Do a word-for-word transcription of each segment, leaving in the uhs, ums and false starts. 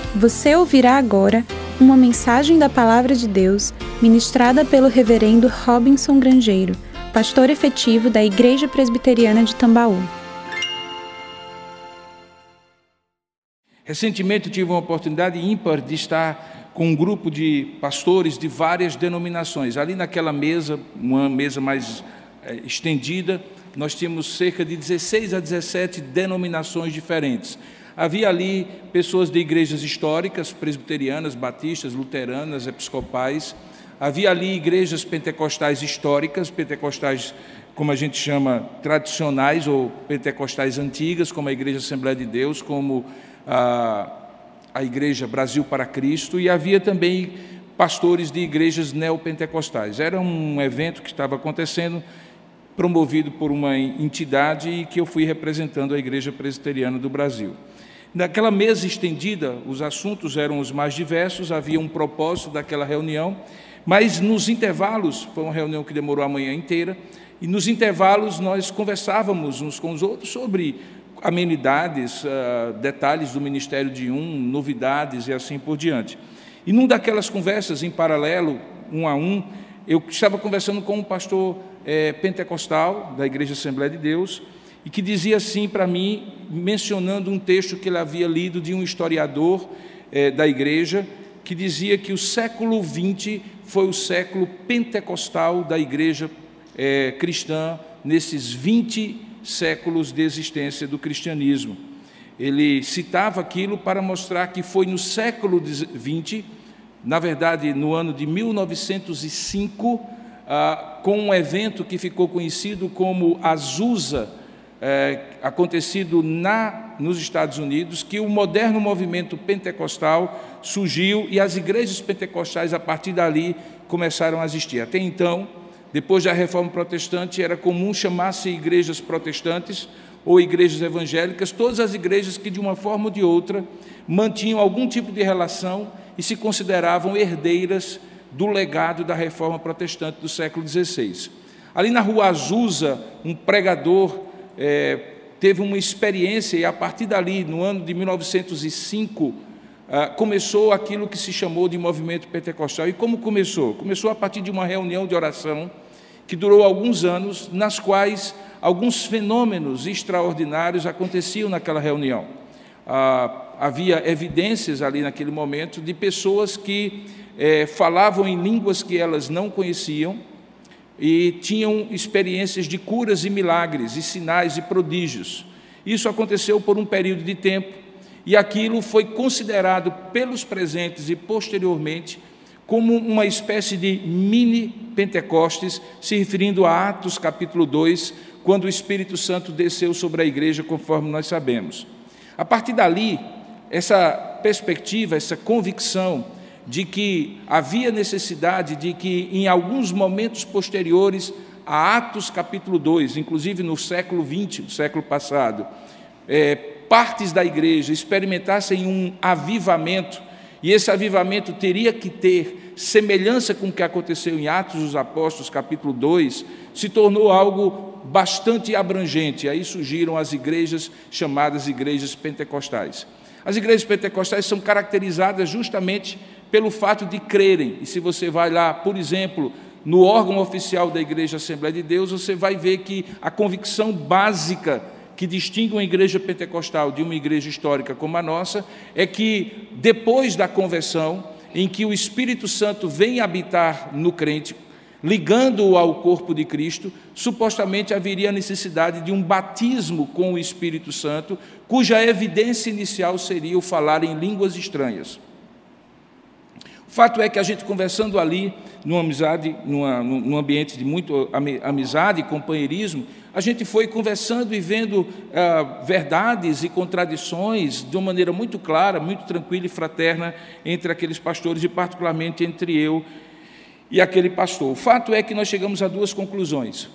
Você ouvirá agora uma mensagem da Palavra de Deus ministrada pelo reverendo Robinson Grangeiro, pastor efetivo da Igreja Presbiteriana de Tambaú. Recentemente tive uma oportunidade ímpar de estar com um grupo de pastores de várias denominações. Ali naquela mesa, uma mesa mais é, estendida, nós tínhamos cerca de dezesseis a dezessete denominações diferentes. Havia ali pessoas de igrejas históricas, presbiterianas, batistas, luteranas, episcopais. Havia ali igrejas pentecostais históricas, pentecostais, como a gente chama, tradicionais, ou pentecostais antigas, como a Igreja Assembleia de Deus, como a, a Igreja Brasil para Cristo, e havia também pastores de igrejas neopentecostais. Era um evento que estava acontecendo, promovido por uma entidade e que eu fui representando a Igreja Presbiteriana do Brasil. Naquela mesa estendida, os assuntos eram os mais diversos, havia um propósito daquela reunião, mas nos intervalos, foi uma reunião que demorou a manhã inteira, e nos intervalos nós conversávamos uns com os outros sobre amenidades, uh, detalhes do ministério de um, novidades e assim por diante. E numa daquelas conversas em paralelo, um a um, eu estava conversando com um pastor eh, pentecostal da Igreja Assembleia de Deus, e que dizia assim para mim, mencionando um texto que ele havia lido de um historiador eh, da igreja, que dizia que o século vinte foi o século pentecostal da igreja eh, cristã, nesses vinte séculos de existência do cristianismo. Ele citava aquilo para mostrar que foi no século vinte, na verdade no ano de mil novecentos e cinco, ah, com um evento que ficou conhecido como Azusa, É, acontecido na, nos Estados Unidos, que o moderno movimento pentecostal surgiu e as igrejas pentecostais, a partir dali, começaram a existir. Até então, depois da Reforma Protestante, era comum chamar-se igrejas protestantes ou igrejas evangélicas, todas as igrejas que, de uma forma ou de outra, mantinham algum tipo de relação e se consideravam herdeiras do legado da Reforma Protestante do século dezesseis. Ali na rua Azusa, um pregador É, teve uma experiência e a partir dali, no ano de mil novecentos e cinco, ah, começou aquilo que se chamou de movimento pentecostal. E como começou? Começou a partir de uma reunião de oração que durou alguns anos, nas quais alguns fenômenos extraordinários aconteciam naquela reunião. Ah, havia evidências ali naquele momento de pessoas que eh, falavam em línguas que elas não conheciam, e tinham experiências de curas e milagres, e sinais e prodígios. Isso aconteceu por um período de tempo, e aquilo foi considerado pelos presentes e posteriormente como uma espécie de mini Pentecostes, se referindo a Atos capítulo dois, quando o Espírito Santo desceu sobre a igreja, conforme nós sabemos. A partir dali, essa perspectiva, essa convicção de que havia necessidade de que, em alguns momentos posteriores a Atos capítulo dois, inclusive no século vinte, no século passado, é, partes da igreja experimentassem um avivamento, e esse avivamento teria que ter semelhança com o que aconteceu em Atos dos Apóstolos capítulo dois, se tornou algo bastante abrangente. Aí surgiram as igrejas chamadas igrejas pentecostais. As igrejas pentecostais são caracterizadas justamente pelo fato de crerem, e se você vai lá, por exemplo, no órgão oficial da Igreja Assembleia de Deus, você vai ver que a convicção básica que distingue uma igreja pentecostal de uma igreja histórica como a nossa, é que depois da conversão, em que o Espírito Santo vem habitar no crente, ligando-o ao corpo de Cristo, supostamente haveria a necessidade de um batismo com o Espírito Santo, cuja evidência inicial seria o falar em línguas estranhas. O fato é que a gente conversando ali, numa amizade, numa, num ambiente de muito amizade e companheirismo, a gente foi conversando e vendo ah, verdades e contradições de uma maneira muito clara, muito tranquila e fraterna entre aqueles pastores e particularmente entre eu e aquele pastor. O fato é que nós chegamos a duas conclusões.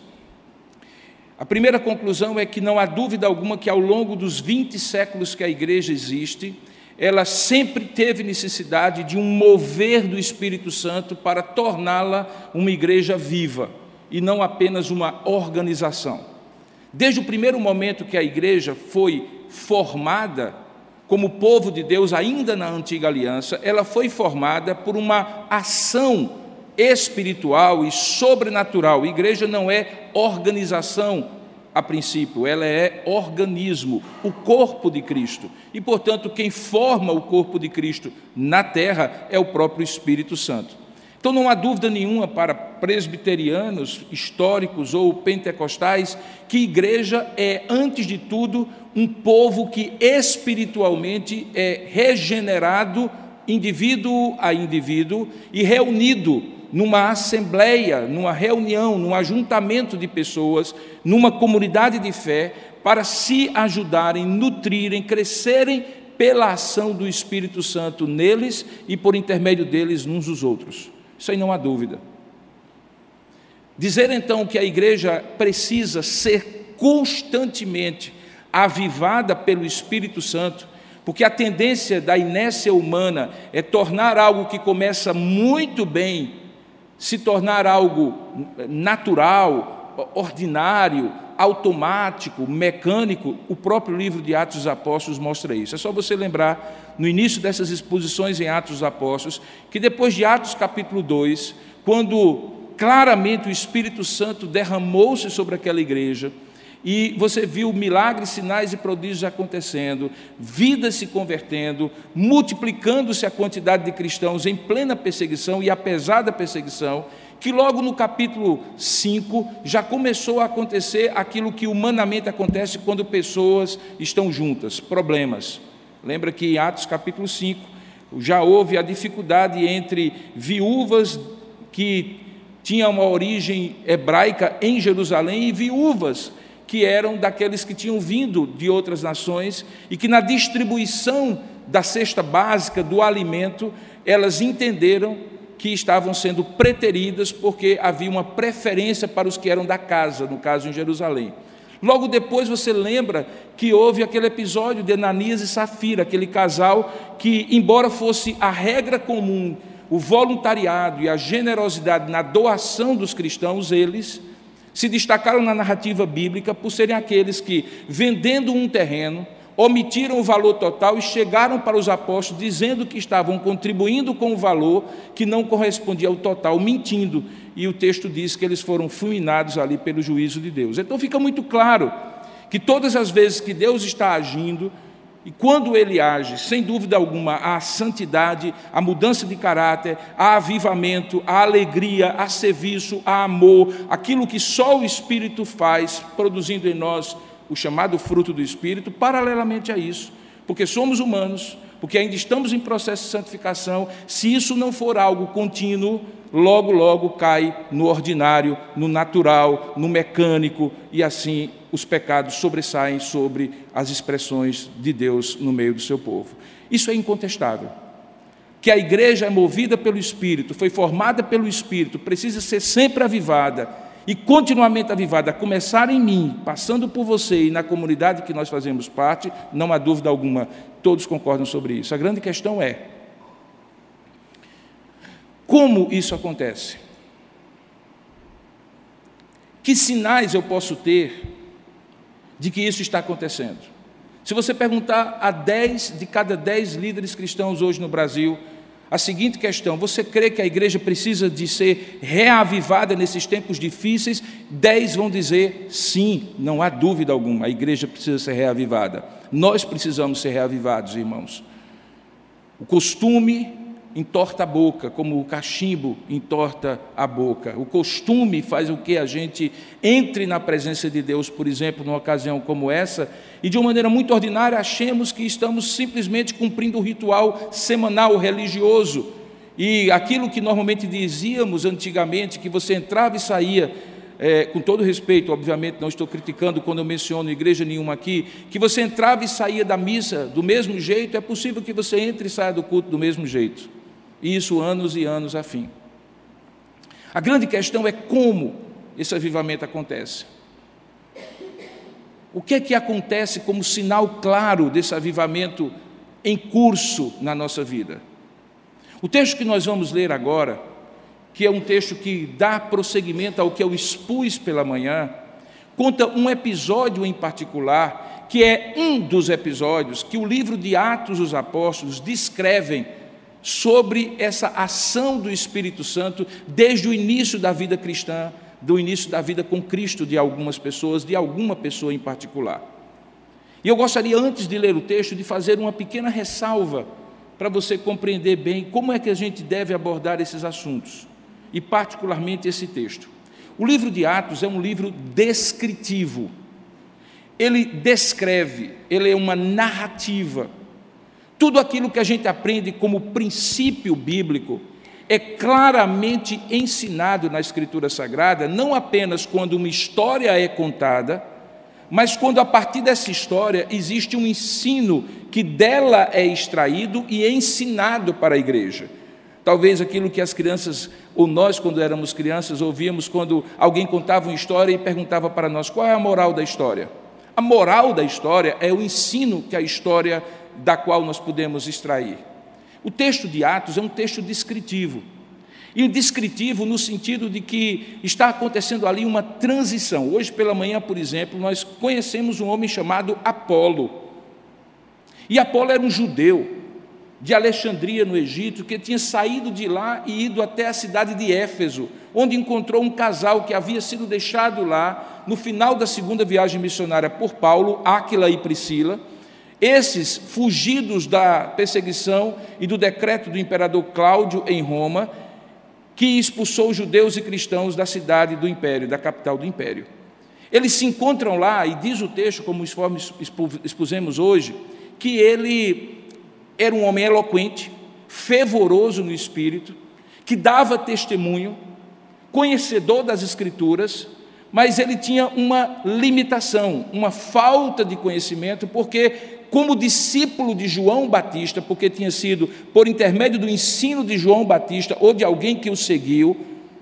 A primeira conclusão é que não há dúvida alguma que ao longo dos vinte séculos que a igreja existe, ela sempre teve necessidade de um mover do Espírito Santo para torná-la uma igreja viva e não apenas uma organização. Desde o primeiro momento que a igreja foi formada, como povo de Deus ainda na antiga aliança, ela foi formada por uma ação espiritual e sobrenatural. A igreja não é organização a princípio, ela é organismo, o corpo de Cristo. E, portanto, quem forma o corpo de Cristo na terra é o próprio Espírito Santo. Então não há dúvida nenhuma para presbiterianos, históricos ou pentecostais, que igreja é, antes de tudo, um povo que espiritualmente é regenerado, indivíduo a indivíduo, e reunido numa assembleia, numa reunião, num ajuntamento de pessoas, numa comunidade de fé, para se ajudarem, nutrirem, crescerem pela ação do Espírito Santo neles e por intermédio deles uns dos outros. Isso aí não há dúvida. Dizer então que a igreja precisa ser constantemente avivada pelo Espírito Santo, porque a tendência da inércia humana é tornar algo que começa muito bem, se tornar algo natural, ordinário, automático, mecânico. O próprio livro de Atos dos Apóstolos mostra isso. É só você lembrar, no início dessas exposições em Atos dos Apóstolos, que depois de Atos capítulo dois, quando claramente o Espírito Santo derramou-se sobre aquela igreja, e você viu milagres, sinais e prodígios acontecendo, vidas se convertendo, multiplicando-se a quantidade de cristãos em plena perseguição e apesar da perseguição, que logo no capítulo cinco já começou a acontecer aquilo que humanamente acontece quando pessoas estão juntas, problemas. Lembra que em Atos capítulo cinco já houve a dificuldade entre viúvas que tinham uma origem hebraica em Jerusalém e viúvas que eram daqueles que tinham vindo de outras nações e que na distribuição da cesta básica do alimento, elas entenderam que estavam sendo preteridas porque havia uma preferência para os que eram da casa, no caso em Jerusalém. Logo depois você lembra que houve aquele episódio de Ananias e Safira, aquele casal que, embora fosse a regra comum, o voluntariado e a generosidade na doação dos cristãos, eles se destacaram na narrativa bíblica por serem aqueles que, vendendo um terreno, omitiram o valor total e chegaram para os apóstolos dizendo que estavam contribuindo com o valor que não correspondia ao total, mentindo. E o texto diz que eles foram fulminados ali pelo juízo de Deus. Então fica muito claro que todas as vezes que Deus está agindo, e quando Ele age, sem dúvida alguma, há santidade, há mudança de caráter, há avivamento, há alegria, há serviço, há amor, aquilo que só o Espírito faz, produzindo em nós o chamado fruto do Espírito, paralelamente a isso, porque somos humanos, porque ainda estamos em processo de santificação. Se isso não for algo contínuo, logo, logo cai no ordinário, no natural, no mecânico, e assim os pecados sobressaem sobre as expressões de Deus no meio do seu povo. Isso é incontestável. Que a igreja é movida pelo Espírito, foi formada pelo Espírito, precisa ser sempre avivada e continuamente avivada, a começar em mim, passando por você e na comunidade que nós fazemos parte, não há dúvida alguma, todos concordam sobre isso. A grande questão é: como isso acontece? Que sinais eu posso ter de que isso está acontecendo? Se você perguntar a dez de cada dez líderes cristãos hoje no Brasil a seguinte questão: você crê que a igreja precisa de ser reavivada nesses tempos difíceis? Dez vão dizer sim, não há dúvida alguma, a igreja precisa ser reavivada. Nós precisamos ser reavivados, irmãos. O costume entorta a boca, como o cachimbo entorta a boca. O costume faz com que a gente entre na presença de Deus, por exemplo, numa ocasião como essa, e de uma maneira muito ordinária achemos que estamos simplesmente cumprindo o ritual semanal religioso. E aquilo que normalmente dizíamos antigamente, que você entrava e saía, é, com todo respeito, obviamente não estou criticando quando eu menciono igreja nenhuma aqui, que você entrava e saía da missa do mesmo jeito, é possível que você entre e saia do culto do mesmo jeito. E isso anos e anos a fim. A grande questão é como esse avivamento acontece. O que é que acontece como sinal claro desse avivamento em curso na nossa vida? O texto que nós vamos ler agora, que é um texto que dá prosseguimento ao que eu expus pela manhã, conta um episódio em particular que é um dos episódios que o livro de Atos dos Apóstolos descrevem sobre essa ação do Espírito Santo desde o início da vida cristã, do início da vida com Cristo de algumas pessoas, de alguma pessoa em particular. E eu gostaria, antes de ler o texto, de fazer uma pequena ressalva para você compreender bem como é que a gente deve abordar esses assuntos, e particularmente esse texto. O livro de Atos é um livro descritivo. Ele descreve, ele é uma narrativa. Tudo aquilo que a gente aprende como princípio bíblico é claramente ensinado na Escritura Sagrada, não apenas quando uma história é contada, mas quando a partir dessa história existe um ensino que dela é extraído e é ensinado para a igreja. Talvez aquilo que as crianças, ou nós quando éramos crianças, ouvíamos quando alguém contava uma história e perguntava para nós: qual é a moral da história? A moral da história é o ensino que a história da qual nós podemos extrair. O texto de Atos é um texto descritivo, e descritivo no sentido de que está acontecendo ali uma transição. Hoje pela manhã, por exemplo, nós conhecemos um homem chamado Apolo, e Apolo era um judeu de Alexandria, no Egito, que tinha saído de lá e ido até a cidade de Éfeso, onde encontrou um casal que havia sido deixado lá no final da segunda viagem missionária por Paulo, Áquila e Priscila. Esses, fugidos da perseguição e do decreto do imperador Cláudio em Roma, que expulsou os judeus e cristãos da cidade do império, da capital do império. Eles se encontram lá, e diz o texto, como expusemos hoje, que ele era um homem eloquente, fervoroso no espírito, que dava testemunho, conhecedor das Escrituras, mas ele tinha uma limitação, uma falta de conhecimento, porque, como discípulo de João Batista, porque tinha sido por intermédio do ensino de João Batista ou de alguém que o seguiu,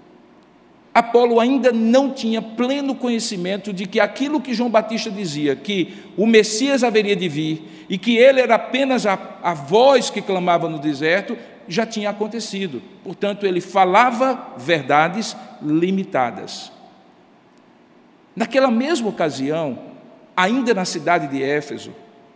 Apolo ainda não tinha pleno conhecimento de que aquilo que João Batista dizia, que o Messias haveria de vir e que ele era apenas a, a voz que clamava no deserto, já tinha acontecido. Portanto, ele falava verdades limitadas. Naquela mesma ocasião, ainda na cidade de Éfeso,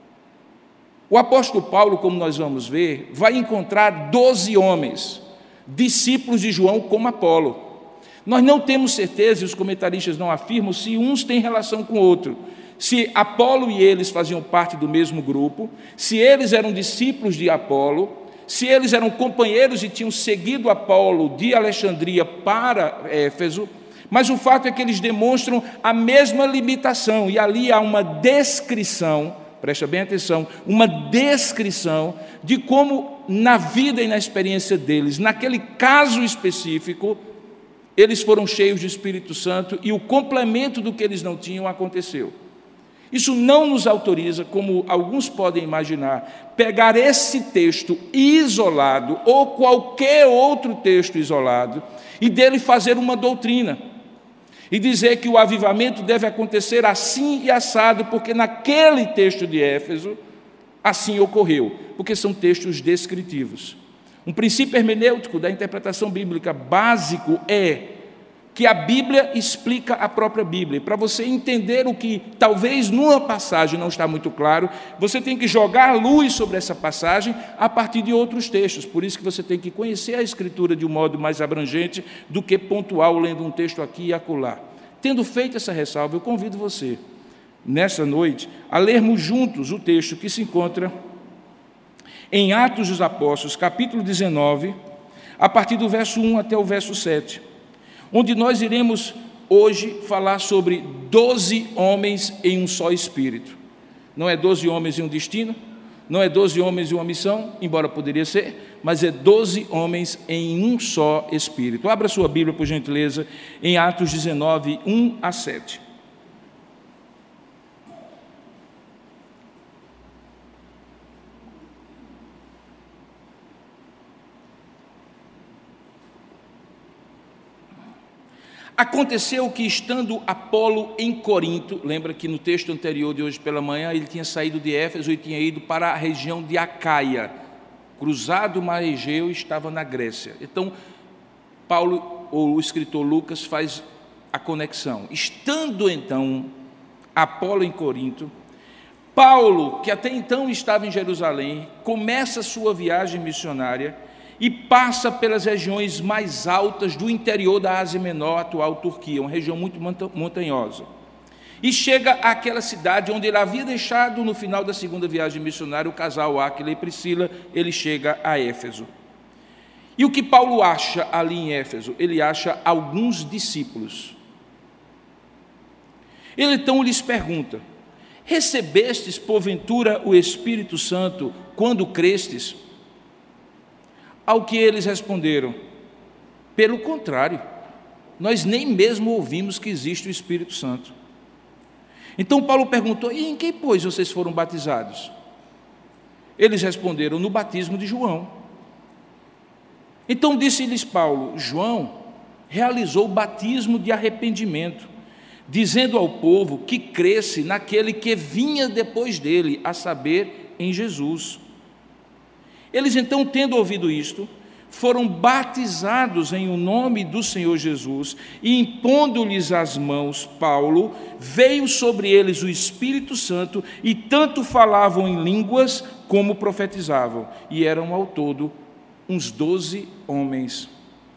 o apóstolo Paulo, como nós vamos ver, vai encontrar doze homens, discípulos de João como Apolo. Nós não temos certeza, e os comentaristas não afirmam, se uns têm relação com o outro, se Apolo e eles faziam parte do mesmo grupo, se eles eram discípulos de Apolo, se eles eram companheiros e tinham seguido Apolo de Alexandria para Éfeso, mas o fato é que eles demonstram a mesma limitação, e ali há uma descrição, presta bem atenção, uma descrição de como na vida e na experiência deles, naquele caso específico, eles foram cheios de Espírito Santo e o complemento do que eles não tinham aconteceu. Isso não nos autoriza, como alguns podem imaginar, pegar esse texto isolado ou qualquer outro texto isolado e dele fazer uma doutrina e dizer que o avivamento deve acontecer assim e assado, porque naquele texto de Éfeso assim ocorreu, porque são textos descritivos. Um princípio hermenêutico da interpretação bíblica básico é que a Bíblia explica a própria Bíblia. Para você entender o que talvez numa passagem não está muito claro, você tem que jogar luz sobre essa passagem a partir de outros textos. Por isso que você tem que conhecer a Escritura de um modo mais abrangente do que pontual, lendo um texto aqui e acolá. Tendo feito essa ressalva, eu convido você, nessa noite, a lermos juntos o texto que se encontra em Atos dos Apóstolos, capítulo dezenove, a partir do verso um até o verso sete, onde nós iremos hoje falar sobre doze homens em um só Espírito. Não é doze homens em um destino, não é doze homens em uma missão, embora poderia ser, mas é doze homens em um só Espírito. Abra sua Bíblia, por gentileza, em Atos dezenove, um a sete. Aconteceu que, estando Apolo em Corinto, lembra que no texto anterior de hoje pela manhã, ele tinha saído de Éfeso e tinha ido para a região de Acaia, cruzado o mar Egeu e estava na Grécia. Então, Paulo, ou o escritor Lucas, faz a conexão. Estando, então, Apolo em Corinto, Paulo, que até então estava em Jerusalém, começa a sua viagem missionária e passa pelas regiões mais altas do interior da Ásia Menor, atual Turquia, uma região muito montanhosa. E chega àquela cidade onde ele havia deixado, no final da segunda viagem missionária, o casal Áquila e Priscila. Ele chega a Éfeso. E o que Paulo acha ali em Éfeso? Ele acha alguns discípulos. Ele então lhes pergunta: recebestes porventura o Espírito Santo quando crestes? Ao que eles responderam: pelo contrário, nós nem mesmo ouvimos que existe o Espírito Santo. Então Paulo perguntou: e em que, pois, vocês foram batizados? Eles responderam: no batismo de João. Então disse-lhes Paulo: João realizou o batismo de arrependimento, dizendo ao povo que cresce naquele que vinha depois dele, a saber, em Jesus. Eles então, tendo ouvido isto, foram batizados em o nome do Senhor Jesus, e impondo-lhes as mãos, Paulo, veio sobre eles o Espírito Santo, e tanto falavam em línguas como profetizavam, e eram ao todo uns doze homens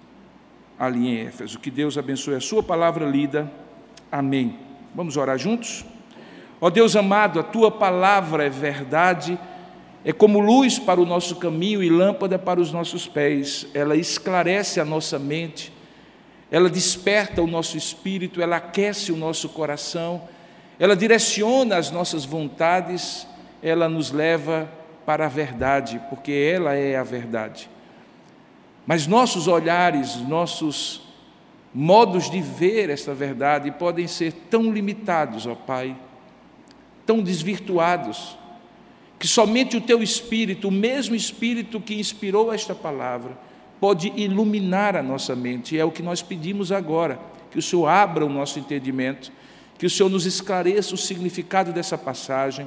ali em Éfeso. Que Deus abençoe a sua palavra lida. Amém. Vamos orar juntos? Ó Deus amado, a tua palavra é verdade, é como luz para o nosso caminho e lâmpada para os nossos pés. Ela esclarece a nossa mente, ela desperta o nosso espírito, ela aquece o nosso coração, ela direciona as nossas vontades, ela nos leva para a verdade, porque ela é a verdade. Mas nossos olhares, nossos modos de ver esta verdade podem ser tão limitados, ó Pai, tão desvirtuados, que somente o Teu Espírito, o mesmo Espírito que inspirou esta palavra, pode iluminar a nossa mente. E é o que nós pedimos agora, que o Senhor abra o nosso entendimento, que o Senhor nos esclareça o significado dessa passagem,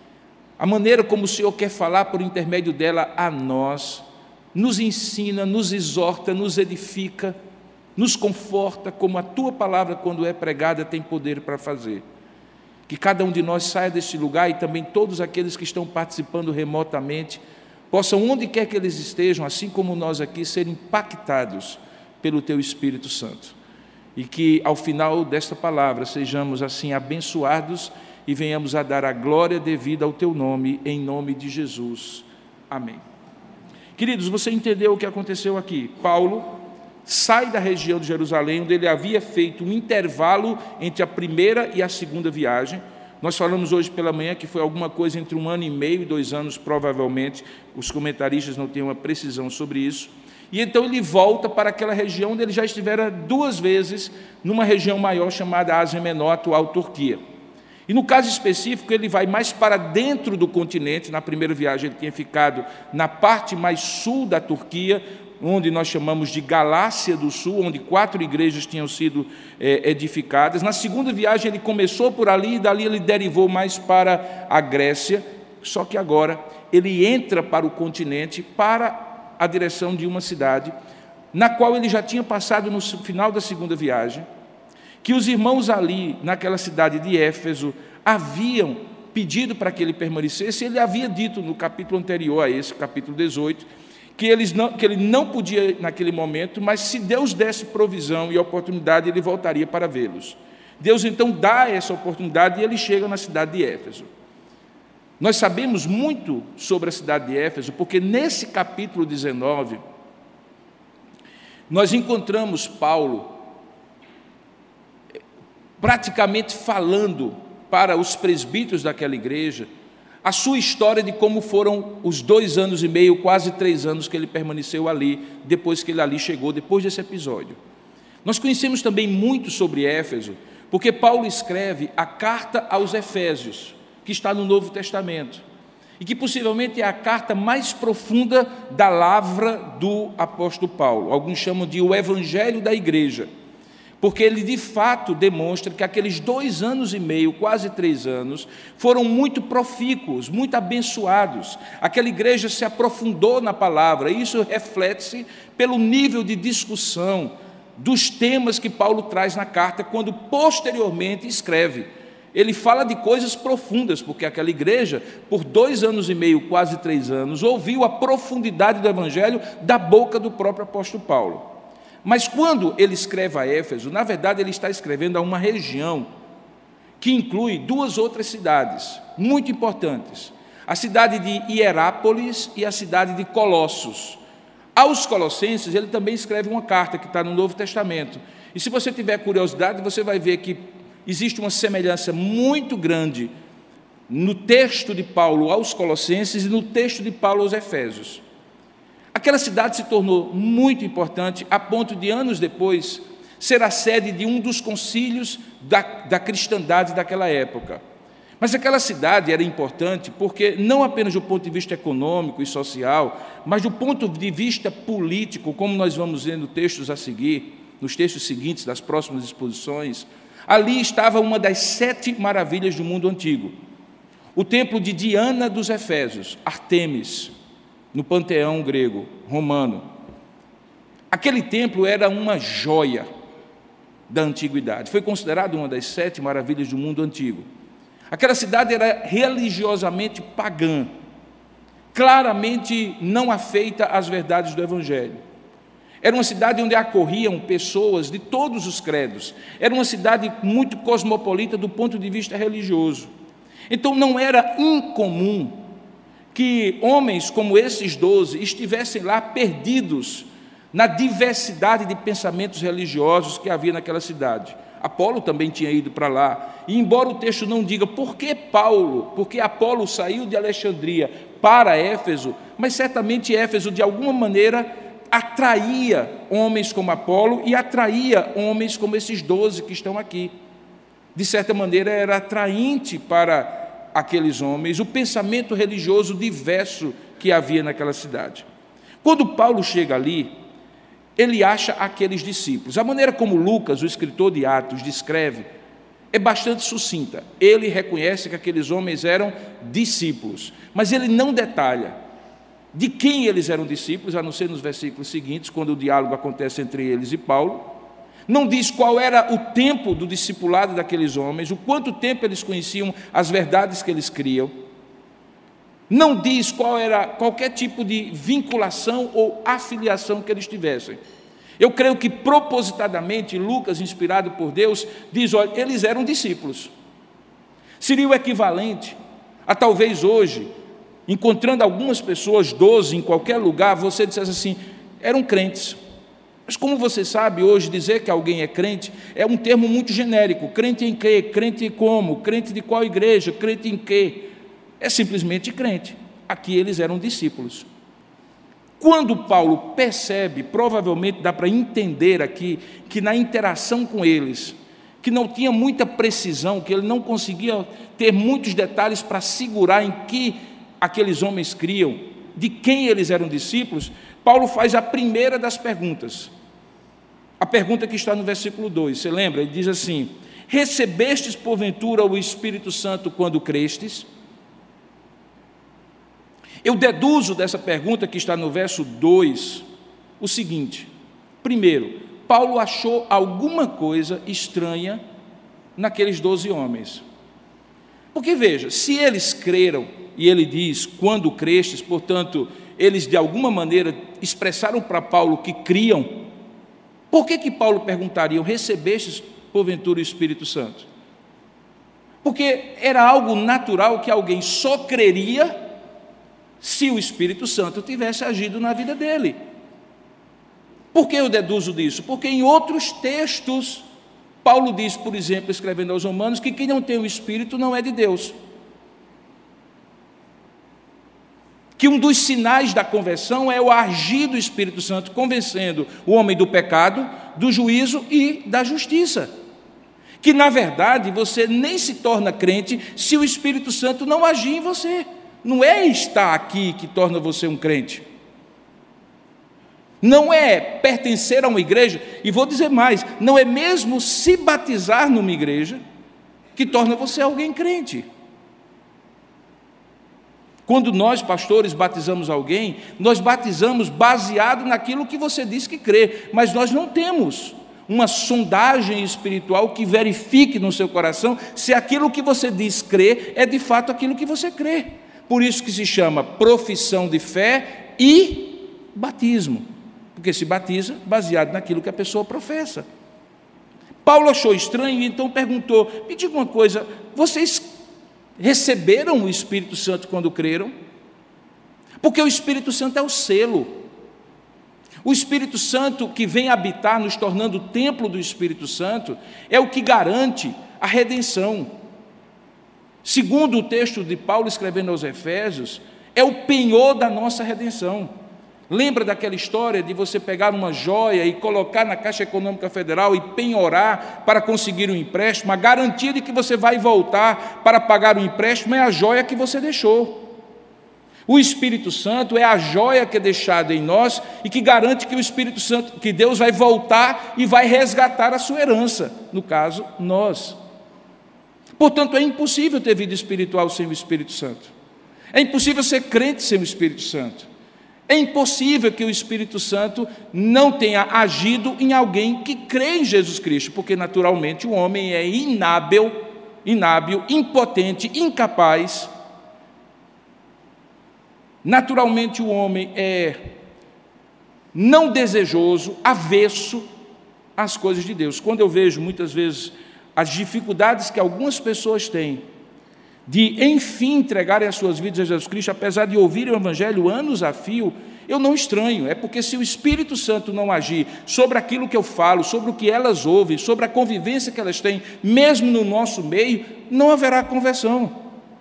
a maneira como o Senhor quer falar por intermédio dela a nós, nos ensina, nos exorta, nos edifica, nos conforta, como a Tua palavra, quando é pregada, tem poder para fazer. Que cada um de nós saia deste lugar, e também todos aqueles que estão participando remotamente, possam, onde quer que eles estejam, assim como nós aqui, ser impactados pelo Teu Espírito Santo. E que, ao final desta palavra, sejamos assim abençoados e venhamos a dar a glória devida ao Teu nome, em nome de Jesus. Amém. Queridos, você entendeu o que aconteceu aqui? Paulo sai da região de Jerusalém, onde ele havia feito um intervalo entre a primeira e a segunda viagem. Nós falamos hoje pela manhã que foi alguma coisa entre um ano e meio e dois anos, provavelmente. Os comentaristas não têm uma precisão sobre isso. E então ele volta para aquela região onde ele já estivera duas vezes, numa região maior chamada Ásia Menor, atual Turquia. E no caso específico, ele vai mais para dentro do continente. Na primeira viagem ele tinha ficado na parte mais sul da Turquia, onde nós chamamos de Galácia do Sul, onde quatro igrejas tinham sido é, edificadas. Na segunda viagem ele começou por ali, e dali ele derivou mais para a Grécia, só que agora ele entra para o continente, para a direção de uma cidade, na qual ele já tinha passado no final da segunda viagem, que os irmãos ali, naquela cidade de Éfeso, haviam pedido para que ele permanecesse. Ele havia dito no capítulo anterior a esse, capítulo dezoito, que, eles não, que ele não podia naquele momento, mas se Deus desse provisão e oportunidade, ele voltaria para vê-los. Deus então dá essa oportunidade e ele chega na cidade de Éfeso. Nós sabemos muito sobre a cidade de Éfeso, porque nesse capítulo dezenove, nós encontramos Paulo praticamente falando para os presbíteros daquela igreja a sua história de como foram os dois anos e meio, quase três anos que ele permaneceu ali, depois que ele ali chegou, depois desse episódio. Nós conhecemos também muito sobre Éfeso, porque Paulo escreve a carta aos Efésios, que está no Novo Testamento, e que possivelmente é a carta mais profunda da lavra do apóstolo Paulo. Alguns chamam de o Evangelho da Igreja, porque ele de fato demonstra que aqueles dois anos e meio, quase três anos, foram muito profícuos, muito abençoados. Aquela igreja se aprofundou na palavra, e isso reflete-se pelo nível de discussão dos temas que Paulo traz na carta, quando posteriormente escreve ele fala de coisas profundas, porque aquela igreja, por dois anos e meio, quase três anos, ouviu a profundidade do Evangelho da boca do próprio apóstolo Paulo. Mas quando ele escreve a Éfeso, na verdade ele está escrevendo a uma região que inclui duas outras cidades muito importantes, a cidade de Hierápolis e a cidade de Colossos. Aos Colossenses ele também escreve uma carta que está no Novo Testamento, e se você tiver curiosidade, você vai ver que existe uma semelhança muito grande no texto de Paulo aos Colossenses e no texto de Paulo aos Efésios. Aquela cidade se tornou muito importante, a ponto de, anos depois, ser a sede de um dos concílios da, da cristandade daquela época. Mas aquela cidade era importante porque, não apenas do ponto de vista econômico e social, mas do ponto de vista político, como nós vamos ver nos textos a seguir, nos textos seguintes das próximas exposições. Ali estava uma das sete maravilhas do mundo antigo, o templo de Diana dos Efésios, Artemis, no panteão grego, romano. Aquele templo era uma joia da antiguidade, foi considerado uma das sete maravilhas do mundo antigo. Aquela cidade era religiosamente pagã, claramente não afeita às verdades do Evangelho. Era uma cidade onde acorriam pessoas de todos os credos. Era uma cidade muito cosmopolita do ponto de vista religioso. Então não era incomum que homens como esses doze estivessem lá perdidos na diversidade de pensamentos religiosos que havia naquela cidade. Apolo também tinha ido para lá. E embora o texto não diga por que Paulo, porque Apolo saiu de Alexandria para Éfeso, mas certamente Éfeso, de alguma maneira, atraía homens como Apolo e atraía homens como esses doze que estão aqui. De certa maneira, era atraente para aqueles homens o pensamento religioso diverso que havia naquela cidade. Quando Paulo chega ali, ele acha aqueles discípulos. A maneira como Lucas, o escritor de Atos, descreve é bastante sucinta. Ele reconhece que aqueles homens eram discípulos, mas ele não detalha de quem eles eram discípulos, a não ser nos versículos seguintes, quando o diálogo acontece entre eles e Paulo. Não diz qual era o tempo do discipulado daqueles homens, o quanto tempo eles conheciam as verdades que eles criam. Não diz qual era qualquer tipo de vinculação ou afiliação que eles tivessem. Eu creio que propositadamente Lucas, inspirado por Deus, diz, olha, eles eram discípulos. Seria o equivalente a talvez hoje, encontrando algumas pessoas, doze, em qualquer lugar, você dissesse assim, eram crentes. Mas como você sabe, hoje, dizer que alguém é crente é um termo muito genérico. Crente em quê? Crente em como? Crente de qual igreja? Crente em quê? É simplesmente crente. Aqui eles eram discípulos. Quando Paulo percebe, provavelmente dá para entender aqui, que na interação com eles, que não tinha muita precisão, que ele não conseguia ter muitos detalhes para segurar em que aqueles homens criam, de quem eles eram discípulos, Paulo faz a primeira das perguntas. A pergunta que está no versículo dois, você lembra? Ele diz assim, recebestes porventura o Espírito Santo quando crestes? Eu deduzo dessa pergunta que está no verso dois, o seguinte, primeiro, Paulo achou alguma coisa estranha naqueles doze homens. Porque veja, se eles creram, e ele diz, quando crestes, portanto, eles de alguma maneira expressaram para Paulo que criam, por que que Paulo perguntaria, recebestes porventura o Espírito Santo? Porque era algo natural que alguém só creria se o Espírito Santo tivesse agido na vida dele. Por que eu deduzo disso? Porque em outros textos, Paulo diz, por exemplo, escrevendo aos Romanos, que quem não tem o Espírito não é de Deus. Que um dos sinais da conversão é o agir do Espírito Santo, convencendo o homem do pecado, do juízo e da justiça. Que, na verdade, você nem se torna crente se o Espírito Santo não agir em você. Não é estar aqui que torna você um crente. Não é pertencer a uma igreja, e vou dizer mais, não é mesmo se batizar numa igreja que torna você alguém crente. Quando nós, pastores, batizamos alguém, nós batizamos baseado naquilo que você diz que crê, mas nós não temos uma sondagem espiritual que verifique no seu coração se aquilo que você diz crer é de fato aquilo que você crê. Por isso que se chama profissão de fé e batismo, porque se batiza baseado naquilo que a pessoa professa. Paulo achou estranho e então perguntou: me diga uma coisa, vocês receberam o Espírito Santo quando creram? Porque o Espírito Santo é o selo. O Espírito Santo que vem habitar, nos tornando o templo do Espírito Santo, é o que garante a redenção. Segundo o texto de Paulo escrevendo aos Efésios, é o penhor da nossa redenção. Lembra daquela história de você pegar uma joia e colocar na Caixa Econômica Federal e penhorar para conseguir um empréstimo? A garantia de que você vai voltar para pagar o empréstimo é a joia que você deixou. O Espírito Santo é a joia que é deixada em nós e que garante que o Espírito Santo, que Deus vai voltar e vai resgatar a sua herança, no caso, nós. Portanto, é impossível ter vida espiritual sem o Espírito Santo. É impossível ser crente sem o Espírito Santo. É impossível que o Espírito Santo não tenha agido em alguém que crê em Jesus Cristo, porque naturalmente o homem é inábil, inábil, impotente, incapaz. Naturalmente o homem é não desejoso, avesso às coisas de Deus. Quando eu vejo muitas vezes as dificuldades que algumas pessoas têm de, enfim, entregarem as suas vidas a Jesus Cristo, apesar de ouvirem o Evangelho anos a fio, eu não estranho. É porque se o Espírito Santo não agir sobre aquilo que eu falo, sobre o que elas ouvem, sobre a convivência que elas têm, mesmo no nosso meio, não haverá conversão.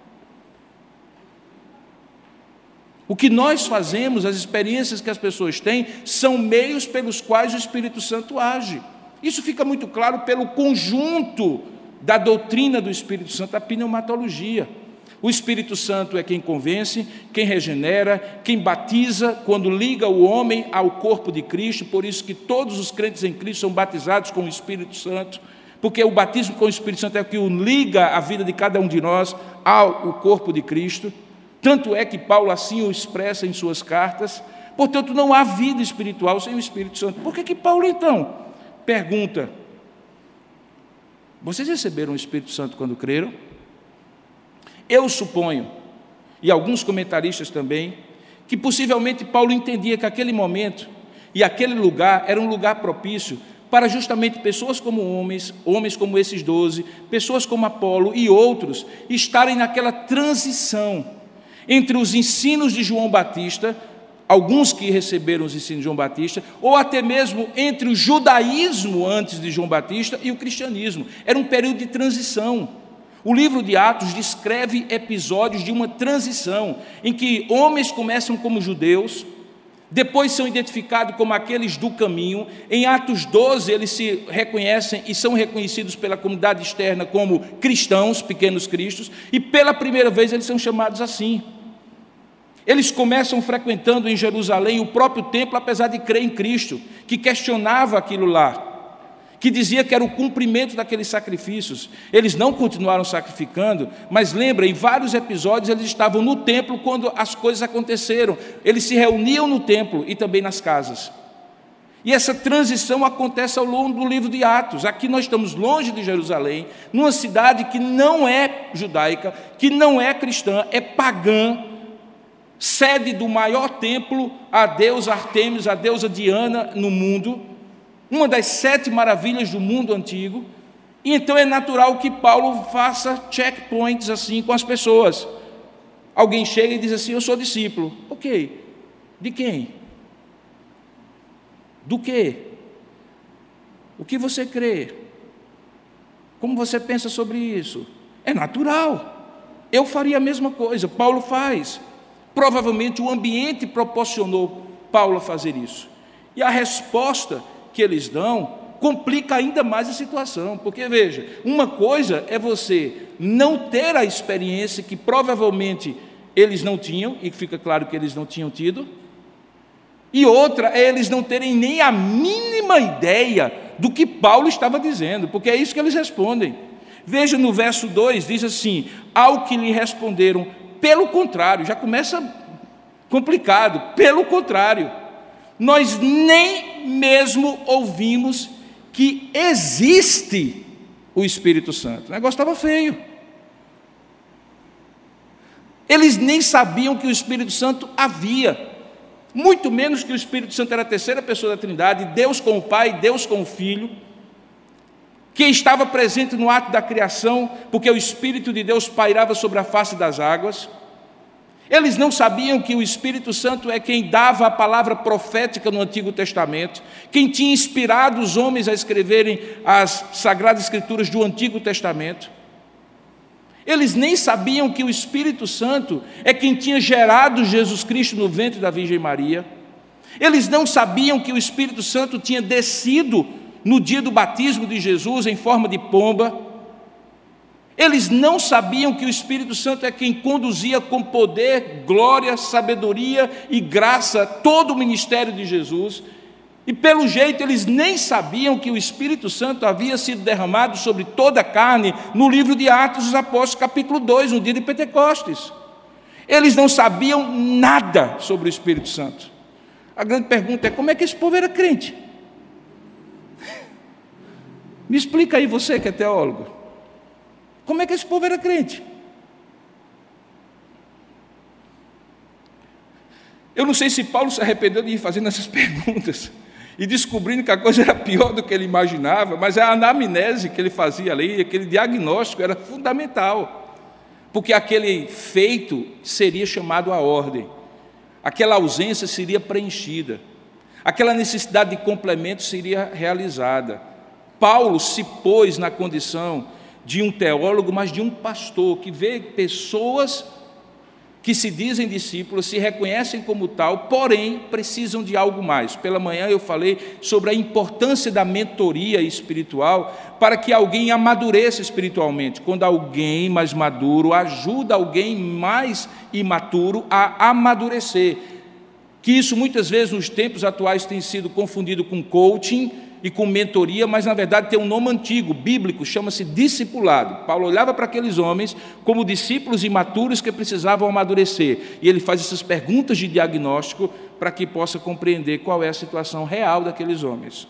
O que nós fazemos, as experiências que as pessoas têm, são meios pelos quais o Espírito Santo age. Isso fica muito claro pelo conjunto da doutrina do Espírito Santo, a pneumatologia. O Espírito Santo é quem convence, quem regenera, quem batiza, quando liga o homem ao corpo de Cristo. Por isso que todos os crentes em Cristo são batizados com o Espírito Santo, porque o batismo com o Espírito Santo é o que liga a vida de cada um de nós ao corpo de Cristo. Tanto é que Paulo assim o expressa em suas cartas. Portanto, não há vida espiritual sem o Espírito Santo. Por que que Paulo, então, pergunta: vocês receberam o Espírito Santo quando creram? Eu suponho, e alguns comentaristas também, que possivelmente Paulo entendia que aquele momento e aquele lugar era um lugar propício para justamente pessoas como homens, homens como esses doze, pessoas como Apolo e outros, estarem naquela transição entre os ensinos de João Batista, alguns que receberam os ensinos de João Batista, ou até mesmo entre o judaísmo antes de João Batista e o cristianismo. Era um período de transição. O livro de Atos descreve episódios de uma transição, em que homens começam como judeus, depois são identificados como aqueles do caminho. Em Atos doze, eles se reconhecem e são reconhecidos pela comunidade externa como cristãos, pequenos cristos, e pela primeira vez eles são chamados assim. Eles começam frequentando em Jerusalém o próprio templo, apesar de crer em Cristo, que questionava aquilo lá, que dizia que era o cumprimento daqueles sacrifícios. Eles não continuaram sacrificando, mas lembra, em vários episódios eles estavam no templo quando as coisas aconteceram. Eles se reuniam no templo e também nas casas. E essa transição acontece ao longo do livro de Atos. Aqui nós estamos longe de Jerusalém, numa cidade que não é judaica, que não é cristã, é pagã, sede do maior templo a deusa Artemis, a deusa Diana no mundo, uma das sete maravilhas do mundo antigo. E então é natural que Paulo faça checkpoints assim com as pessoas. Alguém chega e diz assim: eu sou discípulo. Ok, de quem? Do quê? O que você crê? Como você pensa sobre isso? É natural. Eu faria a mesma coisa, Paulo faz. Provavelmente o ambiente proporcionou Paulo a fazer isso. E a resposta que eles dão complica ainda mais a situação, porque veja, uma coisa é você não ter a experiência que provavelmente eles não tinham, e fica claro que eles não tinham tido, e outra é eles não terem nem a mínima ideia do que Paulo estava dizendo, porque é isso que eles respondem. Veja no verso dois, diz assim: ao que lhe responderam, pelo contrário. Já começa complicado. Pelo contrário, nós nem mesmo ouvimos que existe o Espírito Santo. O negócio estava feio. Eles nem sabiam que o Espírito Santo havia, muito menos que o Espírito Santo era a terceira pessoa da Trindade, Deus com o Pai, Deus com o Filho, que estava presente no ato da criação, porque o Espírito de Deus pairava sobre a face das águas. Eles não sabiam que o Espírito Santo é quem dava a palavra profética no Antigo Testamento, quem tinha inspirado os homens a escreverem as Sagradas Escrituras do Antigo Testamento. Eles nem sabiam que o Espírito Santo é quem tinha gerado Jesus Cristo no ventre da Virgem Maria. Eles não sabiam que o Espírito Santo tinha descido no dia do batismo de Jesus em forma de pomba. Eles não sabiam que o Espírito Santo é quem conduzia com poder, glória, sabedoria e graça todo o ministério de Jesus. E pelo jeito eles nem sabiam que o Espírito Santo havia sido derramado sobre toda a carne no livro de Atos dos Apóstolos, capítulo dois, no dia de Pentecostes. Eles não sabiam nada sobre o Espírito Santo. A grande pergunta é: como é que esse povo era crente? Me explica aí, você que é teólogo, como é que esse povo era crente? Eu não sei se Paulo se arrependeu de ir fazendo essas perguntas e descobrindo que a coisa era pior do que ele imaginava, mas a anamnese que ele fazia ali, aquele diagnóstico era fundamental, porque aquele feito seria chamado à ordem, aquela ausência seria preenchida, aquela necessidade de complemento seria realizada. Paulo se pôs na condição de um teólogo, mas de um pastor, que vê pessoas que se dizem discípulos, se reconhecem como tal, porém precisam de algo mais. Pela manhã eu falei sobre a importância da mentoria espiritual para que alguém amadureça espiritualmente. Quando alguém mais maduro ajuda alguém mais imaturo a amadurecer. Que isso muitas vezes nos tempos atuais tem sido confundido com coaching e com mentoria, mas na verdade tem um nome antigo, bíblico, chama-se discipulado. Paulo olhava para aqueles homens como discípulos imaturos que precisavam amadurecer, e ele faz essas perguntas de diagnóstico para que possa compreender qual é a situação real daqueles homens.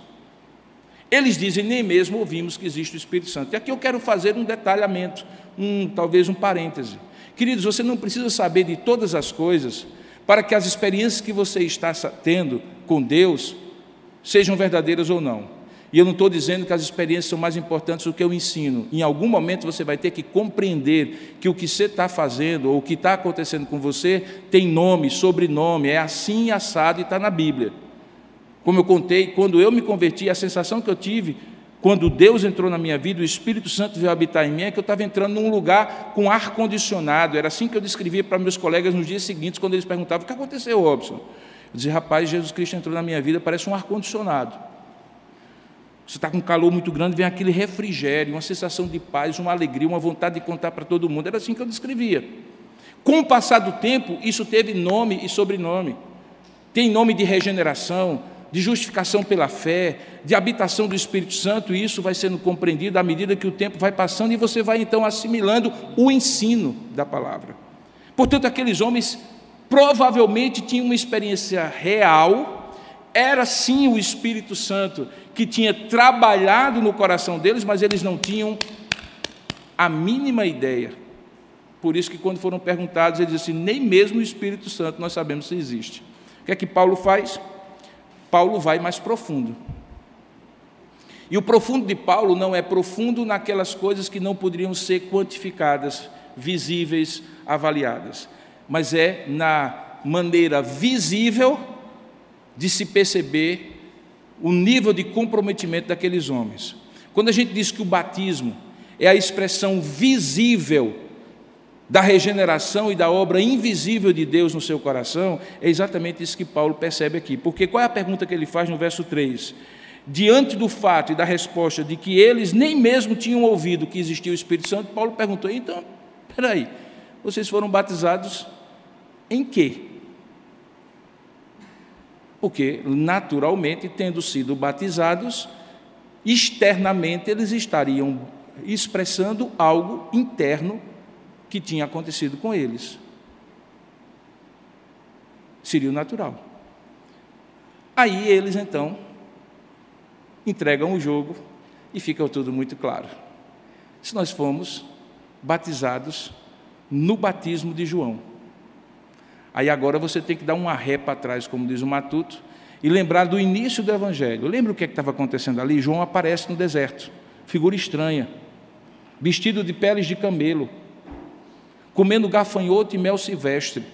Eles dizem: nem mesmo ouvimos que existe o Espírito Santo. E aqui eu quero fazer um detalhamento, um, talvez um parêntese. Queridos, você não precisa saber de todas as coisas para que as experiências que você está tendo com Deus sejam verdadeiras ou não. E eu não estou dizendo que as experiências são mais importantes do que o ensino. Em algum momento você vai ter que compreender que o que você está fazendo ou o que está acontecendo com você tem nome, sobrenome, é assim assado e está na Bíblia. Como eu contei, quando eu me converti, a sensação que eu tive quando Deus entrou na minha vida, o Espírito Santo veio habitar em mim, é que eu estava entrando num lugar com ar-condicionado. Era assim que eu descrevia para meus colegas nos dias seguintes, quando eles perguntavam: o que aconteceu, Robson? Eu dizia: rapaz, Jesus Cristo entrou na minha vida, parece um ar-condicionado. Você está com um calor muito grande, vem aquele refrigério, uma sensação de paz, uma alegria, uma vontade de contar para todo mundo. Era assim que eu descrevia. Com o passar do tempo, isso teve nome e sobrenome. Tem nome de regeneração, de justificação pela fé, de habitação do Espírito Santo, e isso vai sendo compreendido à medida que o tempo vai passando e você vai então assimilando o ensino da palavra. Portanto, aqueles homens provavelmente tinham uma experiência real, era sim o Espírito Santo que tinha trabalhado no coração deles, mas eles não tinham a mínima ideia. Por isso que quando foram perguntados, eles disseram assim: nem mesmo o Espírito Santo nós sabemos se existe. O que é que Paulo faz? Paulo vai mais profundo. E o profundo de Paulo não é profundo naquelas coisas que não poderiam ser quantificadas, visíveis, avaliadas, mas é na maneira visível de se perceber o nível de comprometimento daqueles homens. Quando a gente diz que o batismo é a expressão visível da regeneração e da obra invisível de Deus no seu coração, é exatamente isso que Paulo percebe aqui. Porque qual é a pergunta que ele faz no verso três? Diante do fato e da resposta de que eles nem mesmo tinham ouvido que existia o Espírito Santo, Paulo perguntou: então, espera aí, vocês foram batizados em quê? Porque, naturalmente, tendo sido batizados, externamente eles estariam expressando algo interno que tinha acontecido com eles. Seria o natural. Aí eles, então, entregam o jogo e fica tudo muito claro. Se nós fomos batizados no batismo de João, aí agora você tem que dar uma ré para trás, como diz o Matuto, e lembrar do início do Evangelho. Lembra o que estava acontecendo ali? João aparece no deserto, figura estranha, vestido de peles de camelo, comendo gafanhoto e mel silvestre,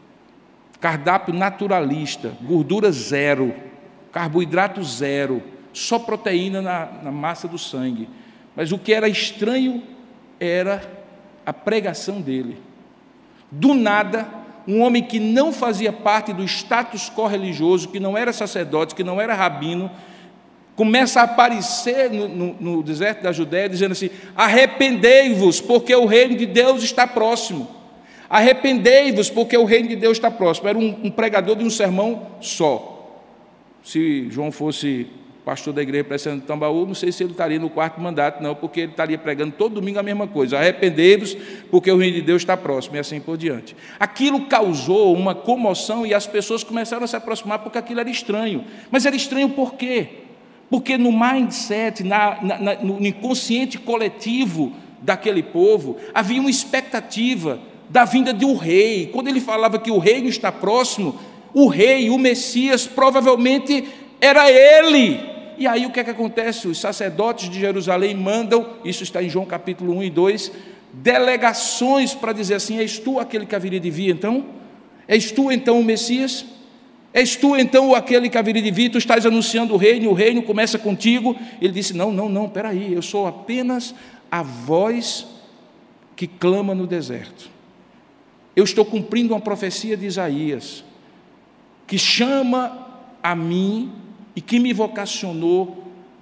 cardápio naturalista, gordura zero, carboidrato zero, só proteína na, na massa do sangue. Mas o que era estranho era a pregação dele. Do nada, um homem que não fazia parte do status quo religioso, que não era sacerdote, que não era rabino, começa a aparecer no, no, no deserto da Judéia, dizendo assim: arrependei-vos, porque o reino de Deus está próximo. Arrependei-vos, porque o reino de Deus está próximo. Era um, um pregador de um sermão só. Se João fosse pastor da igreja presbiteriana de Tambaú, não sei se ele estaria no quarto mandato, não, porque ele estaria pregando todo domingo a mesma coisa: arrependei-vos, porque o reino de Deus está próximo, e assim por diante. Aquilo causou uma comoção e as pessoas começaram a se aproximar porque aquilo era estranho. Mas era estranho por quê? Porque no mindset, na, na, no inconsciente coletivo daquele povo, havia uma expectativa da vinda de um rei. Quando ele falava que o reino está próximo, o rei, o Messias, provavelmente era ele. E aí o que é que acontece? Os sacerdotes de Jerusalém mandam, isso está em João capítulo um e dois, delegações para dizer assim: és tu aquele que haveria de vir então? És tu então o Messias? És tu então aquele que haveria de vir? Tu estás anunciando o reino, o reino começa contigo. Ele disse: não, não, não, peraí, eu sou apenas a voz que clama no deserto. Eu estou cumprindo uma profecia de Isaías, que chama a mim e que me vocacionou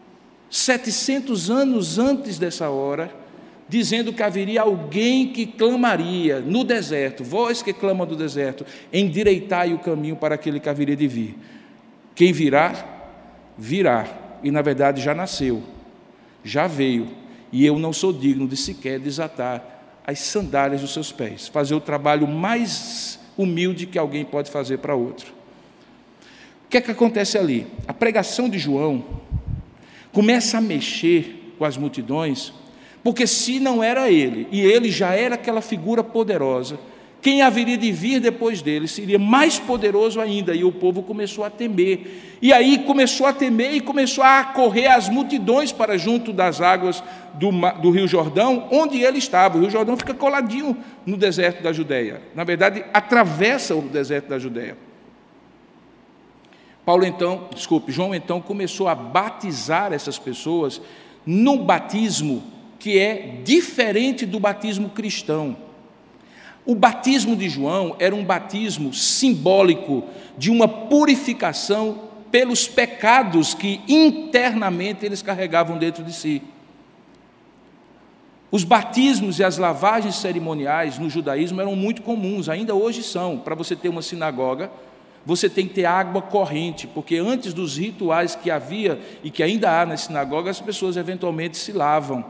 setecentos anos antes dessa hora, dizendo que haveria alguém que clamaria no deserto, voz que clama do deserto, endireitai o caminho para aquele que haveria de vir. Quem virá, virá, e na verdade já nasceu, já veio, e eu não sou digno de sequer desatar as sandálias dos seus pés, fazer o trabalho mais humilde que alguém pode fazer para outro. O que é que acontece ali? A pregação de João começa a mexer com as multidões, porque se não era ele, e ele já era aquela figura poderosa, quem haveria de vir depois dele seria mais poderoso ainda, e o povo começou a temer. E aí começou a temer e começou a correr as multidões para junto das águas do, do Rio Jordão, onde ele estava. O Rio Jordão fica coladinho no deserto da Judéia. Na verdade, atravessa o deserto da Judéia. Paulo então, desculpe, João então começou a batizar essas pessoas num batismo que é diferente do batismo cristão. O batismo de João era um batismo simbólico de uma purificação pelos pecados que internamente eles carregavam dentro de si. Os batismos e as lavagens cerimoniais no judaísmo eram muito comuns, ainda hoje são. Para você ter uma sinagoga, você tem que ter água corrente, porque antes dos rituais que havia e que ainda há nas sinagogas, as pessoas eventualmente se lavam.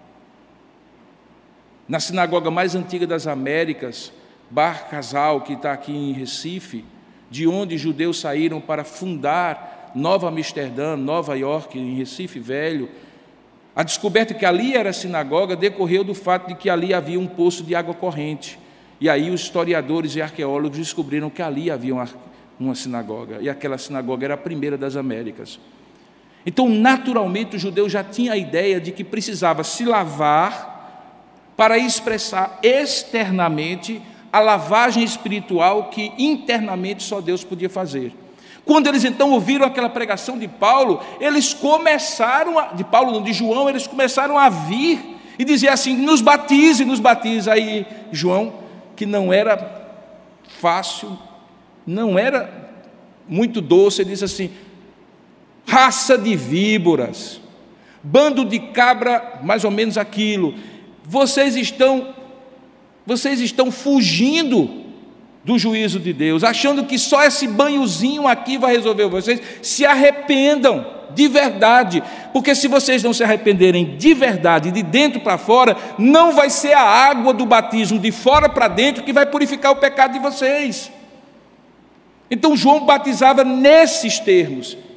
Na sinagoga mais antiga das Américas, Bar Casal, que está aqui em Recife, de onde judeus saíram para fundar Nova Amsterdã, Nova York, em Recife Velho, a descoberta que ali era sinagoga decorreu do fato de que ali havia um poço de água corrente. E aí os historiadores e arqueólogos descobriram que ali havia uma, uma sinagoga, e aquela sinagoga era a primeira das Américas. Então, naturalmente, o judeu já tinha a ideia de que precisava se lavar para expressar externamente a lavagem espiritual que internamente só Deus podia fazer. Quando eles então ouviram aquela pregação de Paulo, eles começaram, a, de Paulo não, de João, eles começaram a vir e dizer assim: nos batize, nos batize. Aí João, que não era fácil, não era muito doce, ele disse assim: raça de víboras, bando de cabra, mais ou menos aquilo. Vocês estão, vocês estão fugindo do juízo de Deus, achando que só esse banhozinho aqui vai resolver vocês. Se arrependam de verdade, porque se vocês não se arrependerem de verdade, de dentro para fora, não vai ser a água do batismo de fora para dentro que vai purificar o pecado de vocês. Então João batizava nesses termos,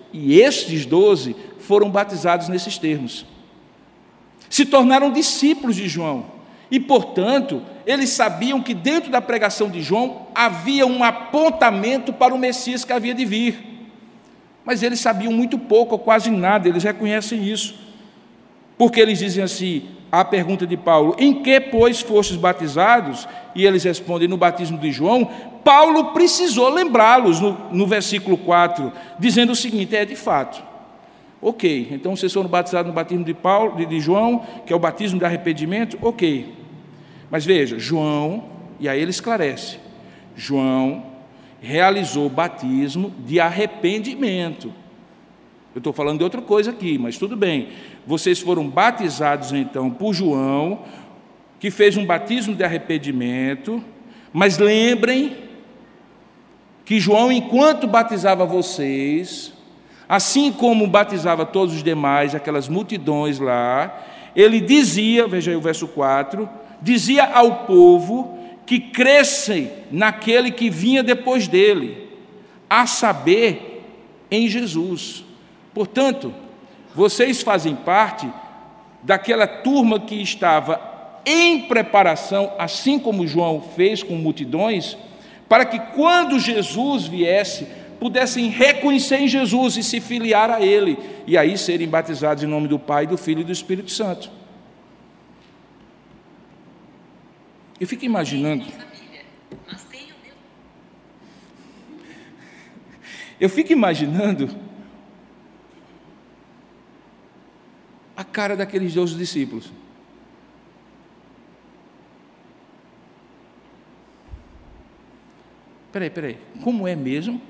E estes doze foram batizados nesses termos. Se tornaram discípulos de João. E, portanto, eles sabiam que dentro da pregação de João havia um apontamento para o Messias que havia de vir. Mas eles sabiam muito pouco, ou quase nada, eles reconhecem isso. Porque eles dizem assim, a pergunta de Paulo, em que, pois, fostes batizados? E eles respondem, no batismo de João. Paulo precisou lembrá-los no, no versículo quatro, dizendo o seguinte, é de fato, ok, então vocês foram batizados no batismo de, Paulo, de, de João, que é o batismo de arrependimento, ok. Mas veja, João, e aí ele esclarece, João realizou o batismo de arrependimento. Eu estou falando de outra coisa aqui, mas tudo bem. Vocês foram batizados então por João, que fez um batismo de arrependimento, mas lembrem que João, enquanto batizava vocês, assim como batizava todos os demais, aquelas multidões lá, ele dizia, veja aí o verso quatro, dizia ao povo que crescem naquele que vinha depois dele, a saber, em Jesus. Portanto, vocês fazem parte daquela turma que estava em preparação, assim como João fez com multidões, para que quando Jesus viesse, pudessem reconhecer em Jesus e se filiar a Ele, e aí serem batizados em nome do Pai, do Filho e do Espírito Santo. Eu fico imaginando... Eu fico imaginando a cara daqueles doze discípulos. Peraí, peraí, como é mesmo?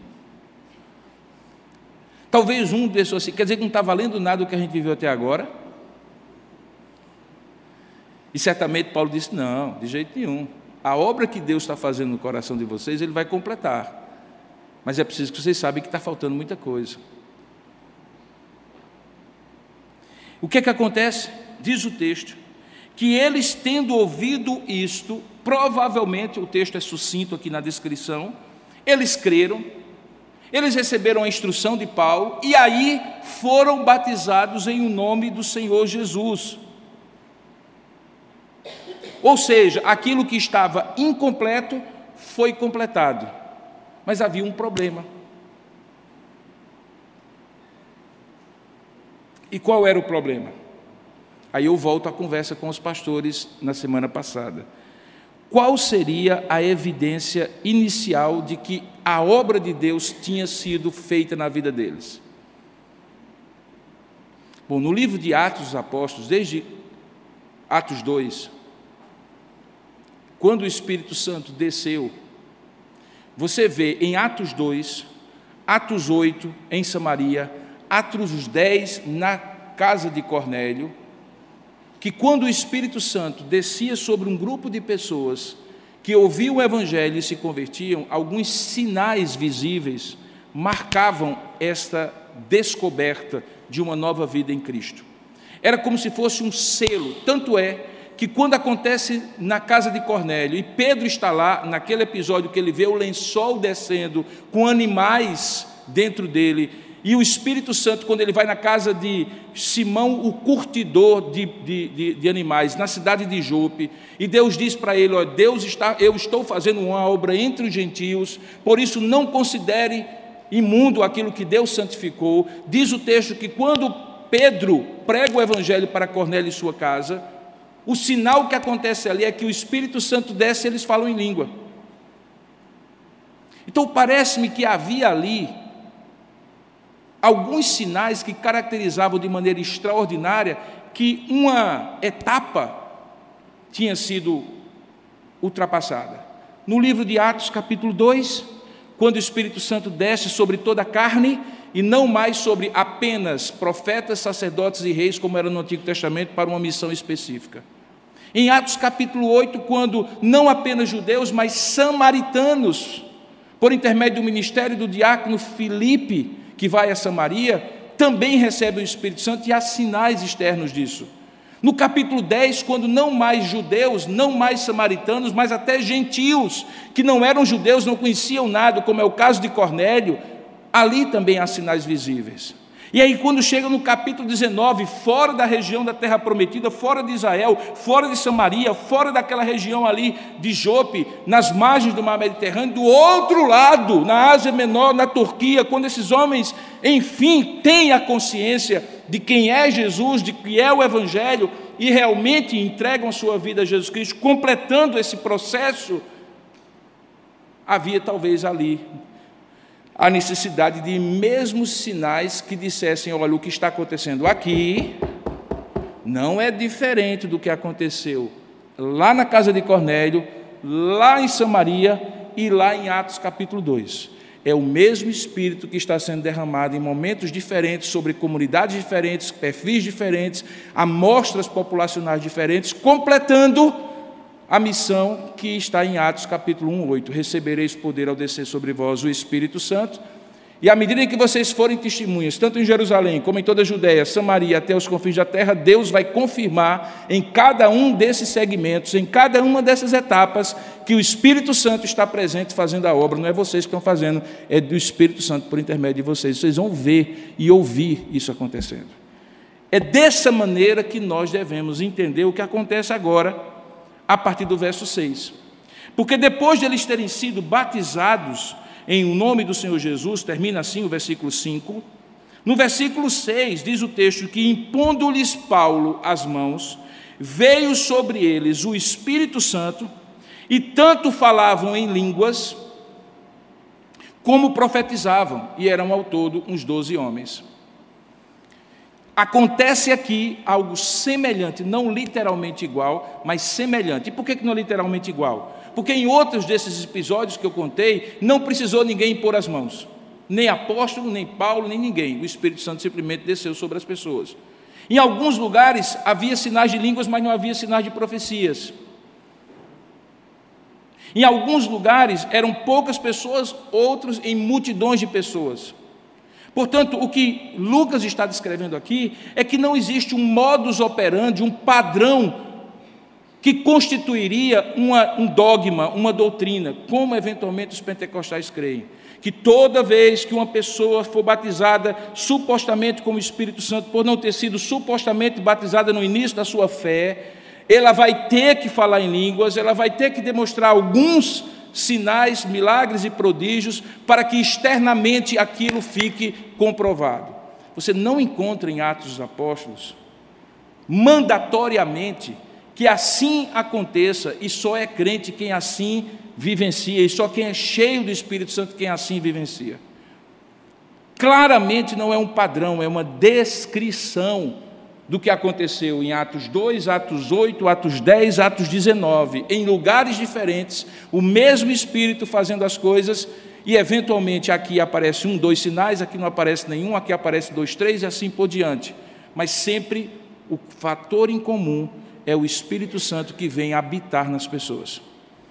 Talvez um pensou assim, quer dizer que não está valendo nada o que a gente viveu até agora? E certamente Paulo disse, não, de jeito nenhum. A obra que Deus está fazendo no coração de vocês, Ele vai completar. Mas é preciso que vocês saibam que está faltando muita coisa. O que é que acontece? Diz o texto, que eles tendo ouvido isto, provavelmente, o texto é sucinto aqui na descrição, eles creram, eles receberam a instrução de Paulo, e aí foram batizados em o nome do Senhor Jesus. Ou seja, aquilo que estava incompleto foi completado, mas havia um problema. E qual era o problema? Aí eu volto à conversa com os pastores na semana passada. Qual seria a evidência inicial de que a obra de Deus tinha sido feita na vida deles? Bom, no livro de Atos dos Apóstolos, desde Atos dois, quando o Espírito Santo desceu, você vê em Atos dois, Atos oito em Samaria, Atos dez na casa de Cornélio, que quando o Espírito Santo descia sobre um grupo de pessoas que ouviam o Evangelho e se convertiam, alguns sinais visíveis marcavam esta descoberta de uma nova vida em Cristo. Era como se fosse um selo, tanto é que quando acontece na casa de Cornélio, e Pedro está lá, naquele episódio que ele vê o lençol descendo, com animais dentro dele, e o Espírito Santo, quando ele vai na casa de Simão, o curtidor de, de, de, de animais, na cidade de Jope, e Deus diz para ele, ó, Deus está, eu estou fazendo uma obra entre os gentios, por isso não considere imundo aquilo que Deus santificou. Diz o texto que quando Pedro prega o Evangelho para Cornélio e sua casa, o sinal que acontece ali é que o Espírito Santo desce e eles falam em língua. Então parece-me que havia ali alguns sinais que caracterizavam de maneira extraordinária que uma etapa tinha sido ultrapassada. No livro de Atos, capítulo dois, quando o Espírito Santo desce sobre toda a carne, e não mais sobre apenas profetas, sacerdotes e reis, como era no Antigo Testamento, para uma missão específica. Em Atos capítulo oito, quando não apenas judeus, mas samaritanos, por intermédio do ministério do diácono Filipe, que vai a Samaria, também recebem o Espírito Santo, e há sinais externos disso. No capítulo dez, quando não mais judeus, não mais samaritanos, mas até gentios, que não eram judeus, não conheciam nada, como é o caso de Cornélio, ali também há sinais visíveis. E aí, quando chega no capítulo dezenove, fora da região da Terra Prometida, fora de Israel, fora de Samaria, fora daquela região ali de Jope, nas margens do mar Mediterrâneo, do outro lado, na Ásia Menor, na Turquia, quando esses homens, enfim, têm a consciência de quem é Jesus, de que é o Evangelho, e realmente entregam a sua vida a Jesus Cristo, completando esse processo, havia talvez ali a necessidade de mesmos sinais que dissessem, olha, o que está acontecendo aqui não é diferente do que aconteceu lá na casa de Cornélio, lá em Samaria e lá em Atos capítulo dois. É o mesmo Espírito que está sendo derramado em momentos diferentes, sobre comunidades diferentes, perfis diferentes, amostras populacionais diferentes, completando a missão que está em Atos capítulo um, oito. Recebereis poder ao descer sobre vós o Espírito Santo, e à medida em que vocês forem testemunhas, tanto em Jerusalém como em toda a Judéia, Samaria, até os confins da terra, Deus vai confirmar em cada um desses segmentos, em cada uma dessas etapas, que o Espírito Santo está presente fazendo a obra. Não é vocês que estão fazendo, é do Espírito Santo por intermédio de vocês. Vocês vão ver e ouvir isso acontecendo. É dessa maneira que nós devemos entender o que acontece agora, a partir do verso seis. Porque depois de eles terem sido batizados em nome do Senhor Jesus, termina assim o versículo cinco, no versículo seis diz o texto que, impondo-lhes Paulo as mãos, veio sobre eles o Espírito Santo, e tanto falavam em línguas, como profetizavam, e eram ao todo uns doze homens. Acontece aqui algo semelhante, não literalmente igual, mas semelhante. E por que não literalmente igual? Porque em outros desses episódios que eu contei, não precisou ninguém impor as mãos. Nem apóstolo, nem Paulo, nem ninguém. O Espírito Santo simplesmente desceu sobre as pessoas. Em alguns lugares havia sinais de línguas, mas não havia sinais de profecias. Em alguns lugares eram poucas pessoas, outros em multidões de pessoas. Portanto, o que Lucas está descrevendo aqui é que não existe um modus operandi, um padrão que constituiria uma, um dogma, uma doutrina, como eventualmente os pentecostais creem, que toda vez que uma pessoa for batizada supostamente com o Espírito Santo, por não ter sido supostamente batizada no início da sua fé, ela vai ter que falar em línguas, ela vai ter que demonstrar alguns sinais, milagres e prodígios, para que externamente aquilo fique comprovado. Você não encontra em Atos dos Apóstolos, mandatoriamente, que assim aconteça, e só é crente quem assim vivencia, e só quem é cheio do Espírito Santo quem assim vivencia. Claramente não é um padrão, é uma descrição do que aconteceu em Atos dois, Atos oito, Atos dez, Atos dezenove, em lugares diferentes, o mesmo Espírito fazendo as coisas, e eventualmente aqui aparece um, dois sinais, aqui não aparece nenhum, aqui aparece dois, três, e assim por diante. Mas sempre o fator em comum é o Espírito Santo que vem habitar nas pessoas.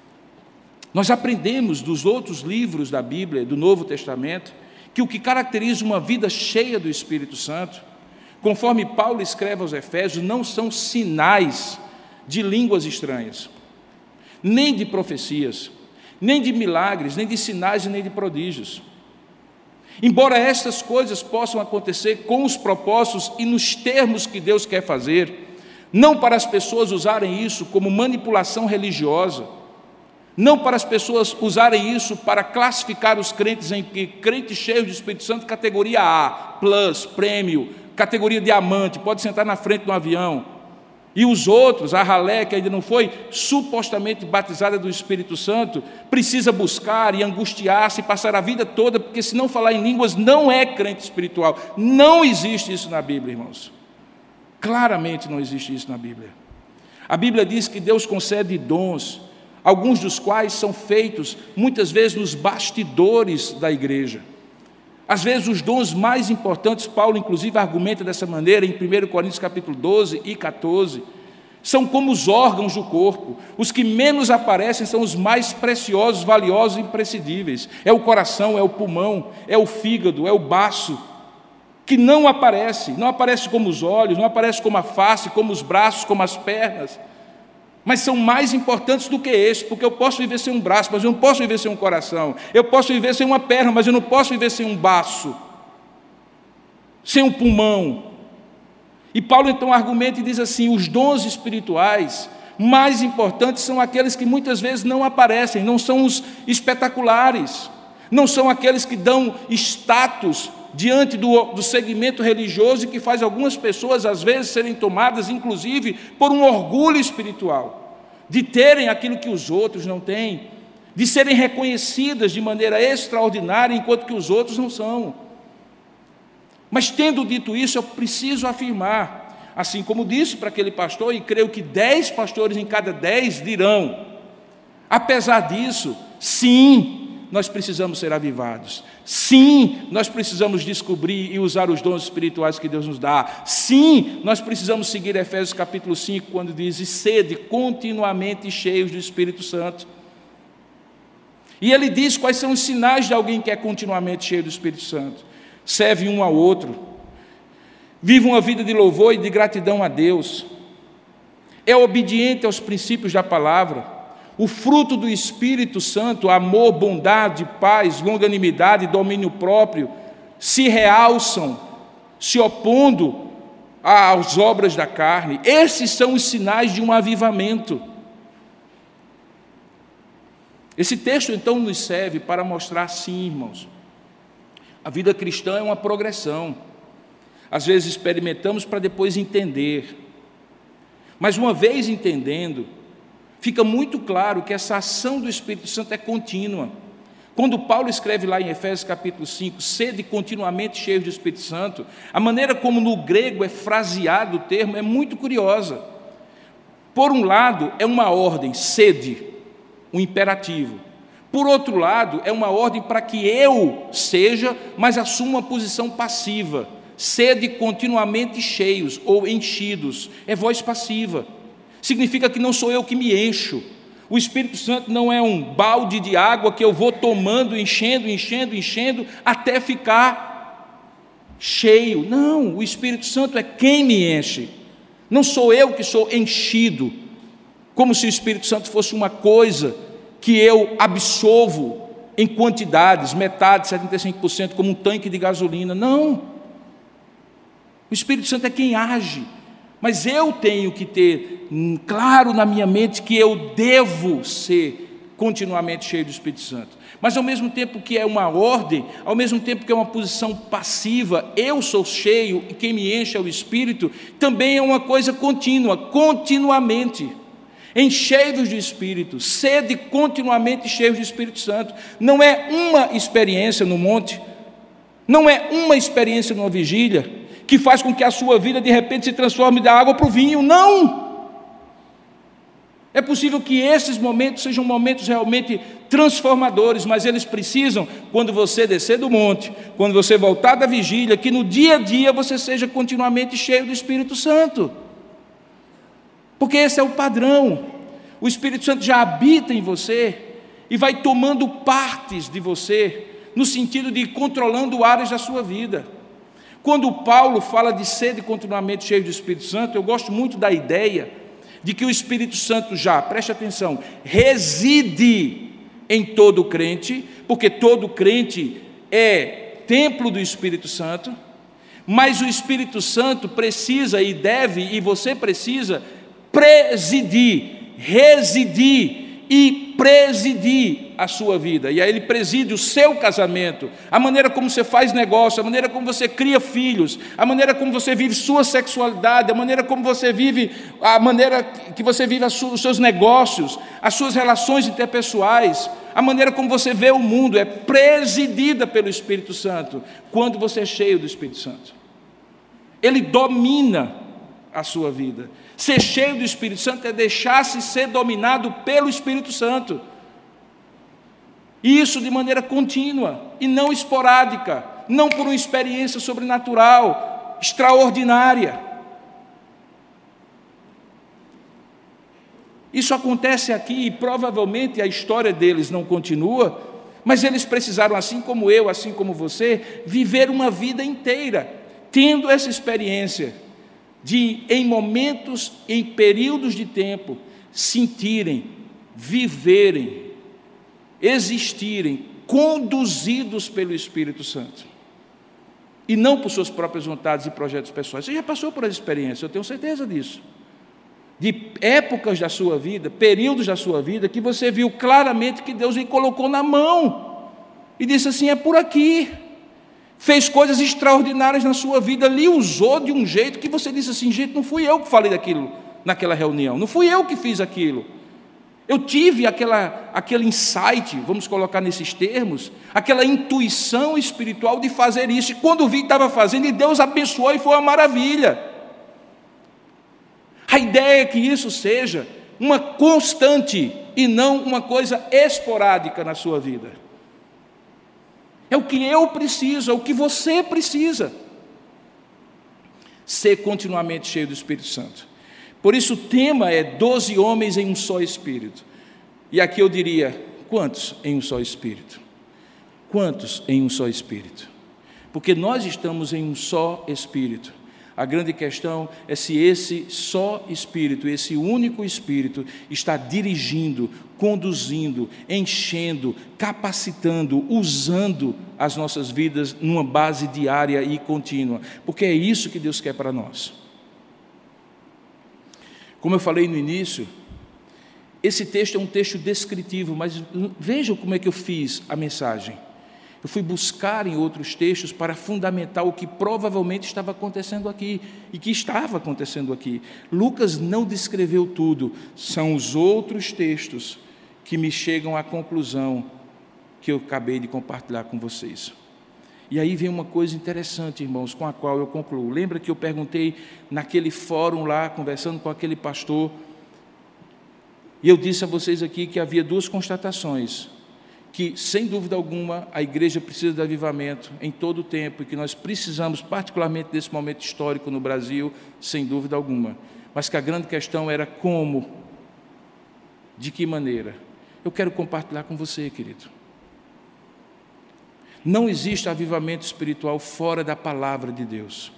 Nós aprendemos dos outros livros da Bíblia, do Novo Testamento, que o que caracteriza uma vida cheia do Espírito Santo, conforme Paulo escreve aos Efésios, não são sinais de línguas estranhas, nem de profecias, nem de milagres, nem de sinais e nem de prodígios. Embora estas coisas possam acontecer com os propósitos e nos termos que Deus quer fazer, não para as pessoas usarem isso como manipulação religiosa, não para as pessoas usarem isso para classificar os crentes em que crentes cheios de Espírito Santo, categoria A, plus, prêmio, categoria diamante, pode sentar na frente de um avião. E os outros, a ralé, que ainda não foi supostamente batizada do Espírito Santo, precisa buscar e angustiar-se e passar a vida toda, porque se não falar em línguas não é crente espiritual. Não existe isso na Bíblia, irmãos. Claramente não existe isso na Bíblia. A Bíblia diz que Deus concede dons, alguns dos quais são feitos muitas vezes nos bastidores da igreja. Às vezes os dons mais importantes, Paulo inclusive argumenta dessa maneira em primeiro Coríntios capítulo doze e catorze, são como os órgãos do corpo. Os que menos aparecem são os mais preciosos, valiosos e imprescindíveis. É o coração, é o pulmão, é o fígado, é o baço, que não aparece, não aparece como os olhos, não aparece como a face, como os braços, como as pernas, mas são mais importantes do que esse, porque eu posso viver sem um braço, mas eu não posso viver sem um coração. Eu posso viver sem uma perna, mas eu não posso viver sem um baço, sem um pulmão. E Paulo então argumenta e diz assim: os dons espirituais mais importantes são aqueles que muitas vezes não aparecem, não são os espetaculares, não são aqueles que dão status diante do, do segmento religioso e que faz algumas pessoas às vezes serem tomadas inclusive por um orgulho espiritual, de terem aquilo que os outros não têm, de serem reconhecidas de maneira extraordinária enquanto que os outros não são. Mas tendo dito isso, eu preciso afirmar, assim como disse para aquele pastor, e creio que dez pastores em cada dez dirão, apesar disso, sim, nós precisamos ser avivados. Sim, nós precisamos descobrir e usar os dons espirituais que Deus nos dá. Sim, nós precisamos seguir Efésios capítulo cinco, quando diz: e sede continuamente cheios do Espírito Santo. E ele diz quais são os sinais de alguém que é continuamente cheio do Espírito Santo. Serve um ao outro, vive uma vida de louvor e de gratidão a Deus, é obediente aos princípios da palavra. O fruto do Espírito Santo, amor, bondade, paz, longanimidade, domínio próprio, se realçam, se opondo às obras da carne. Esses são os sinais de um avivamento. Esse texto, então, nos serve para mostrar, sim, irmãos, a vida cristã é uma progressão. Às vezes experimentamos para depois entender. Mas uma vez entendendo, fica muito claro que essa ação do Espírito Santo é contínua. Quando Paulo escreve lá em Efésios capítulo cinco, sede continuamente cheios do Espírito Santo, a maneira como no grego é fraseado o termo é muito curiosa. Por um lado, é uma ordem, sede, um imperativo. Por outro lado, é uma ordem para que eu seja, mas assuma uma posição passiva. Sede continuamente cheios ou enchidos, é voz passiva. Significa que não sou eu que me encho. O Espírito Santo não é um balde de água que eu vou tomando, enchendo, enchendo, enchendo, até ficar cheio. Não, o Espírito Santo é quem me enche. Não sou eu que sou enchido, como se o Espírito Santo fosse uma coisa que eu absolvo em quantidades, metade, setenta e cinco por cento, como um tanque de gasolina. Não. O Espírito Santo é quem age. Mas eu tenho que ter claro na minha mente que eu devo ser continuamente cheio do Espírito Santo. Mas ao mesmo tempo que é uma ordem, ao mesmo tempo que é uma posição passiva, eu sou cheio e quem me enche é o Espírito, também é uma coisa contínua, continuamente. Enchei-vos do Espírito, sede continuamente cheios do Espírito Santo. Não é uma experiência no monte, não é uma experiência numa vigília, que faz com que a sua vida de repente se transforme da água para o vinho. Não! É possível que esses momentos sejam momentos realmente transformadores, mas eles precisam, quando você descer do monte, quando você voltar da vigília, que no dia a dia você seja continuamente cheio do Espírito Santo. Porque esse é o padrão. O Espírito Santo já habita em você e vai tomando partes de você, no sentido de ir controlando áreas da sua vida. Quando Paulo fala de sede continuamente cheio do Espírito Santo, eu gosto muito da ideia de que o Espírito Santo já, preste atenção, reside em todo crente, porque todo crente é templo do Espírito Santo, mas o Espírito Santo precisa e deve, e você precisa, presidir, residir e presidir a sua vida. E aí ele preside o seu casamento, a maneira como você faz negócio, a maneira como você cria filhos, a maneira como você vive sua sexualidade, a maneira como você vive, a maneira que você vive os seus negócios, as suas relações interpessoais, a maneira como você vê o mundo é presidida pelo Espírito Santo, quando você é cheio do Espírito Santo. Ele domina a sua vida. Ser cheio do Espírito Santo é deixar-se ser dominado pelo Espírito Santo. E isso de maneira contínua e não esporádica, não por uma experiência sobrenatural, extraordinária. Isso acontece aqui e provavelmente a história deles não continua, mas eles precisaram, assim como eu, assim como você, viver uma vida inteira, tendo essa experiência de, em momentos, em períodos de tempo, sentirem, viverem, existirem, conduzidos pelo Espírito Santo, e não por suas próprias vontades e projetos pessoais. Você já passou por essa experiência, eu tenho certeza disso. De épocas da sua vida, períodos da sua vida, que você viu claramente que Deus lhe colocou na mão, e disse assim, é por aqui. Fez coisas extraordinárias na sua vida, lhe usou de um jeito que você disse assim, gente, não fui eu que falei daquilo naquela reunião, não fui eu que fiz aquilo. Eu tive aquela, aquele insight, vamos colocar nesses termos, aquela intuição espiritual de fazer isso, e quando vi que estava fazendo, e Deus abençoou e foi uma maravilha. A ideia é que isso seja uma constante e não uma coisa esporádica na sua vida. É o que eu preciso, é o que você precisa. Ser continuamente cheio do Espírito Santo. Por isso o tema é doze homens em um só Espírito. E aqui eu diria, quantos em um só Espírito? Quantos em um só Espírito? Porque nós estamos em um só Espírito. A grande questão é se esse só Espírito, esse único Espírito, está dirigindo, conduzindo, enchendo, capacitando, usando as nossas vidas numa base diária e contínua. Porque é isso que Deus quer para nós. Como eu falei no início, esse texto é um texto descritivo, mas vejam como é que eu fiz a mensagem. Eu fui buscar em outros textos para fundamentar o que provavelmente estava acontecendo aqui, e que estava acontecendo aqui. Lucas não descreveu tudo, são os outros textos que me chegam à conclusão que eu acabei de compartilhar com vocês. E aí vem uma coisa interessante, irmãos, com a qual eu concluo. Lembra que eu perguntei naquele fórum lá, conversando com aquele pastor, e eu disse a vocês aqui que havia duas constatações, que, sem dúvida alguma, a igreja precisa de avivamento em todo o tempo, e que nós precisamos, particularmente nesse momento histórico no Brasil, sem dúvida alguma, mas que a grande questão era como, de que maneira. Eu quero compartilhar com você, querido. Não existe avivamento espiritual fora da palavra de Deus.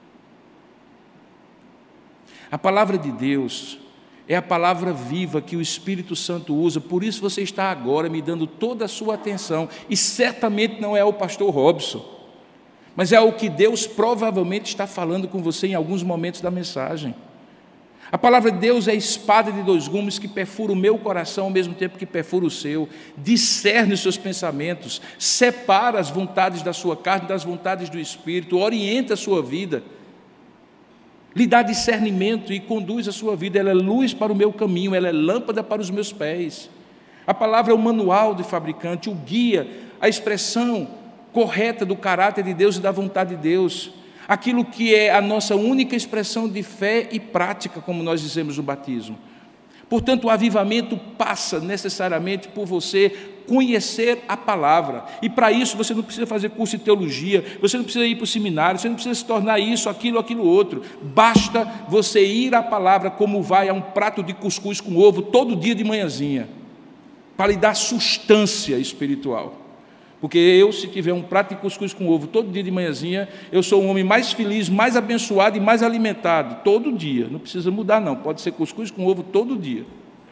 A palavra de Deus é a palavra viva que o Espírito Santo usa, por isso você está agora me dando toda a sua atenção, e certamente não é o pastor Robson, mas é o que Deus provavelmente está falando com você em alguns momentos da mensagem. A palavra de Deus é a espada de dois gumes que perfura o meu coração ao mesmo tempo que perfura o seu, discerne os seus pensamentos, separa as vontades da sua carne das vontades do Espírito, orienta a sua vida, lhe dá discernimento e conduz a sua vida. Ela é luz para o meu caminho, ela é lâmpada para os meus pés. A palavra é o manual do fabricante, o guia, a expressão correta do caráter de Deus e da vontade de Deus, aquilo que é a nossa única expressão de fé e prática, como nós dizemos no batismo. Portanto, o avivamento passa necessariamente por você conhecer a palavra, e para isso você não precisa fazer curso de teologia, você não precisa ir para o seminário, você não precisa se tornar isso, aquilo, aquilo outro, basta você ir à palavra como vai a um prato de cuscuz com ovo todo dia de manhãzinha, para lhe dar sustância espiritual. Porque eu, se tiver um prato de cuscuz com ovo todo dia de manhãzinha, eu sou um homem mais feliz, mais abençoado e mais alimentado, todo dia. Não precisa mudar não, pode ser cuscuz com ovo todo dia.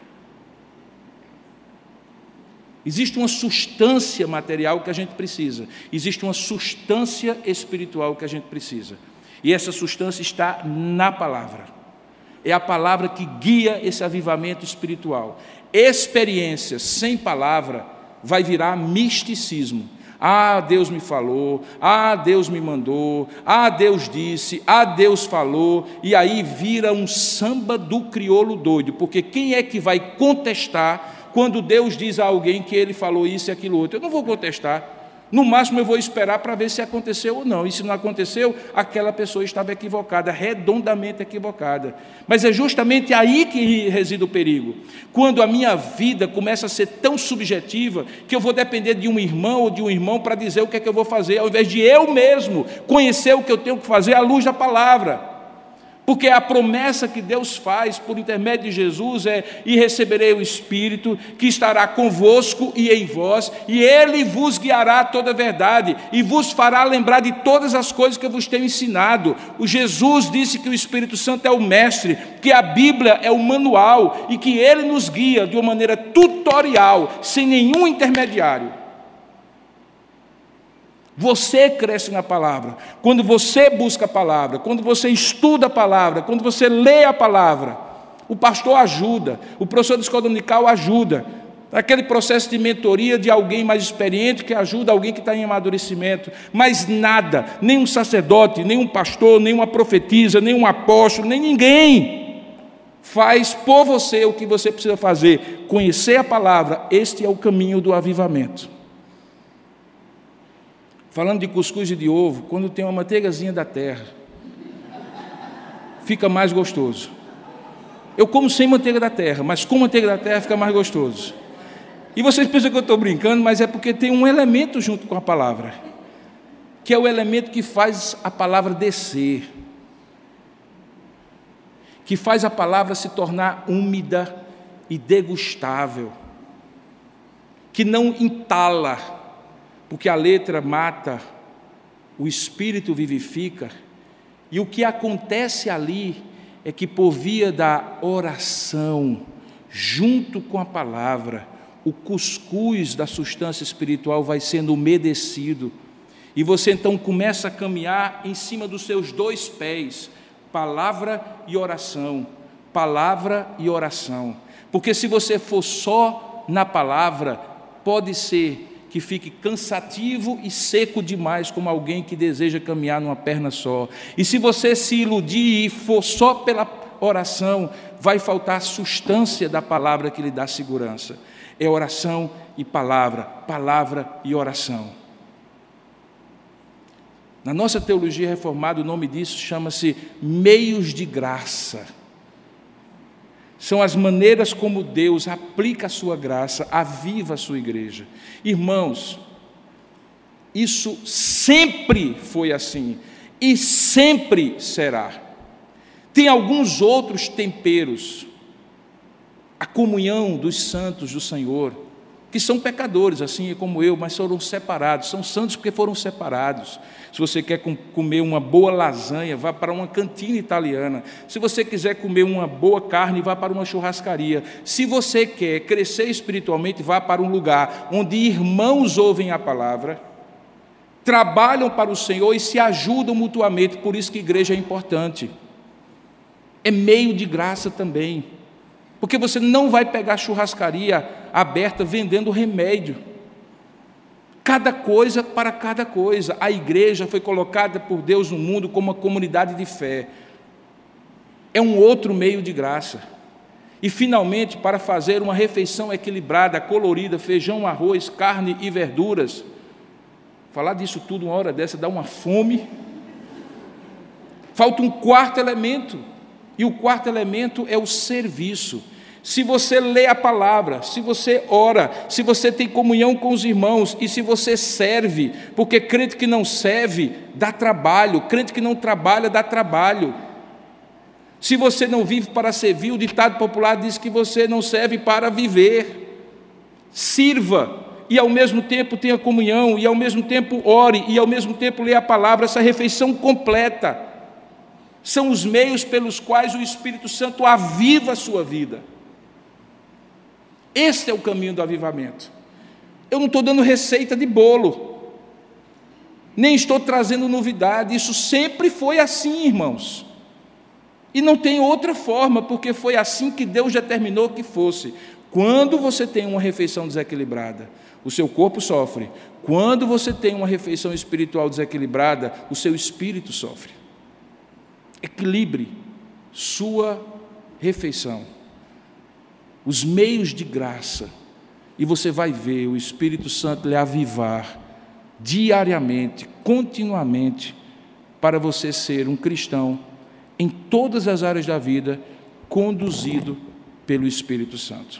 Existe uma substância material que a gente precisa, existe uma substância espiritual que a gente precisa. E essa substância está na palavra. É a palavra que guia esse avivamento espiritual. Experiência sem palavra vai virar misticismo. Ah, Deus me falou, ah, Deus me mandou, ah, Deus disse, ah, Deus falou, e aí vira um samba do crioulo doido, porque quem é que vai contestar quando Deus diz a alguém que ele falou isso e aquilo outro? Eu não vou contestar. No máximo eu vou esperar para ver se aconteceu ou não, e se não aconteceu, aquela pessoa estava equivocada, redondamente equivocada. Mas é justamente aí que reside o perigo, quando a minha vida começa a ser tão subjetiva, que eu vou depender de um irmão ou de um irmão para dizer o que é que eu vou fazer, ao invés de eu mesmo conhecer o que eu tenho que fazer à luz da palavra. Porque a promessa que Deus faz por intermédio de Jesus é: e receberei o Espírito que estará convosco e em vós, e Ele vos guiará a toda a verdade, e vos fará lembrar de todas as coisas que eu vos tenho ensinado. O Jesus disse que o Espírito Santo é o mestre, que a Bíblia é o manual, e que Ele nos guia de uma maneira tutorial, sem nenhum intermediário. Você cresce na palavra, quando você busca a palavra, quando você estuda a palavra, quando você lê a palavra. O pastor ajuda, o professor de escola dominical ajuda, aquele processo de mentoria de alguém mais experiente que ajuda alguém que está em amadurecimento. Mas nada, nem um sacerdote, nem um pastor, nem uma profetisa, nem um apóstolo, nem ninguém faz por você o que você precisa fazer: conhecer a palavra. Este é o caminho do avivamento. Falando de cuscuz e de ovo, quando tem uma manteigazinha da terra, fica mais gostoso. Eu como sem manteiga da terra, mas com manteiga da terra fica mais gostoso. E vocês pensam que eu estou brincando, mas é porque tem um elemento junto com a palavra, que é o elemento que faz a palavra descer, que faz a palavra se tornar úmida e degustável, que não entala, porque a letra mata, o Espírito vivifica, e o que acontece ali é que, por via da oração, junto com a palavra, o cuscuz da substância espiritual vai sendo umedecido, e você então começa a caminhar em cima dos seus dois pés, palavra e oração, palavra e oração, porque se você for só na palavra, pode ser que fique cansativo e seco demais, como alguém que deseja caminhar numa perna só. E se você se iludir e for só pela oração, vai faltar a substância da palavra que lhe dá segurança. É oração e palavra, palavra e oração. Na nossa teologia reformada, o nome disso chama-se meios de graça. São as maneiras como Deus aplica a sua graça, aviva a sua igreja. Irmãos, isso sempre foi assim e sempre será. Tem alguns outros temperos, a comunhão dos santos do Senhor, que são pecadores, assim como eu, mas foram separados, são santos porque foram separados. Se você quer comer uma boa lasanha, vá para uma cantina italiana. Se você quiser comer uma boa carne, vá para uma churrascaria. Se você quer crescer espiritualmente, vá para um lugar onde irmãos ouvem a palavra, trabalham para o Senhor e se ajudam mutuamente. Por isso que a igreja é importante. É meio de graça também, porque você não vai pegar churrascaria aberta vendendo remédio. Cada coisa para cada coisa. A igreja foi colocada por Deus no mundo como uma comunidade de fé. É um outro meio de graça. E, finalmente, para fazer uma refeição equilibrada, colorida, feijão, arroz, carne e verduras. Falar disso tudo uma hora dessa dá uma fome. Falta um quarto elemento. E o quarto elemento é o serviço. Se você lê a palavra, se você ora, se você tem comunhão com os irmãos e se você serve, porque crente que não serve dá trabalho, crente que não trabalha dá trabalho. Se você não vive para servir, o ditado popular diz que você não serve para viver. Sirva e ao mesmo tempo tenha comunhão, e ao mesmo tempo ore, e ao mesmo tempo leia a palavra. Essa refeição completa são os meios pelos quais o Espírito Santo aviva a sua vida. Este é o caminho do avivamento. Eu não estou dando receita de bolo, nem estou trazendo novidade. Isso sempre foi assim, irmãos, e não tem outra forma, porque foi assim que Deus determinou que fosse. Quando você tem uma refeição desequilibrada, o seu corpo sofre. Quando você tem uma refeição espiritual desequilibrada, o seu espírito sofre. Equilibre sua refeição, os meios de graça, e você vai ver o Espírito Santo lhe avivar diariamente, continuamente, para você ser um cristão em todas as áreas da vida, conduzido pelo Espírito Santo.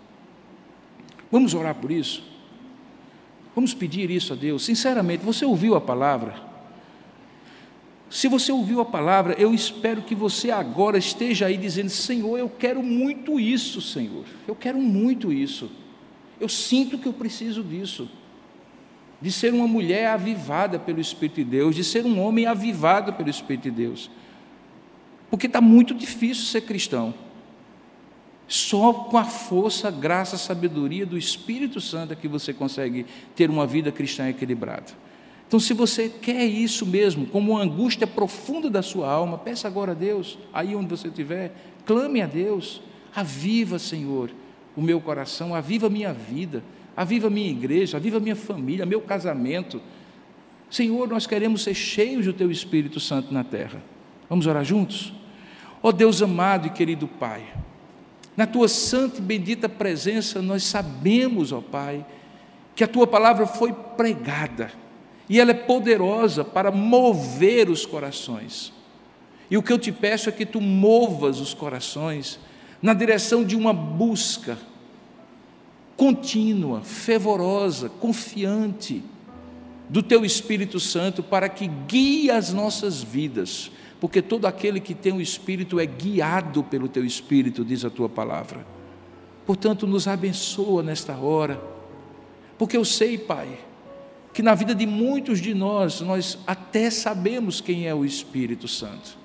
Vamos orar por isso? Vamos pedir isso a Deus, sinceramente. Você ouviu a palavra? Se você ouviu a palavra, eu espero que você agora esteja aí dizendo: Senhor, eu quero muito isso, Senhor, eu quero muito isso, eu sinto que eu preciso disso, de ser uma mulher avivada pelo Espírito de Deus, de ser um homem avivado pelo Espírito de Deus, porque está muito difícil ser cristão. Só com a força, graça, sabedoria do Espírito Santo é que você consegue ter uma vida cristã equilibrada. Então, se você quer isso mesmo, como uma angústia profunda da sua alma, peça agora a Deus, aí onde você estiver, clame a Deus: aviva, Senhor, o meu coração, aviva a minha vida, aviva a minha igreja, aviva a minha família, meu casamento. Senhor, nós queremos ser cheios do Teu Espírito Santo na terra. Vamos orar juntos? Ó Deus amado e querido Pai, na Tua santa e bendita presença, nós sabemos, ó Pai, que a Tua palavra foi pregada, e ela é poderosa para mover os corações. E o que eu te peço é que Tu movas os corações na direção de uma busca contínua, fervorosa, confiante do Teu Espírito Santo, para que guie as nossas vidas, porque todo aquele que tem o Espírito é guiado pelo Teu Espírito, diz a Tua palavra. Portanto, nos abençoa nesta hora, porque eu sei, Pai, que na vida de muitos de nós, nós até sabemos quem é o Espírito Santo.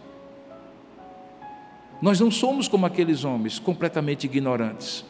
Nós não somos como aqueles homens, completamente ignorantes.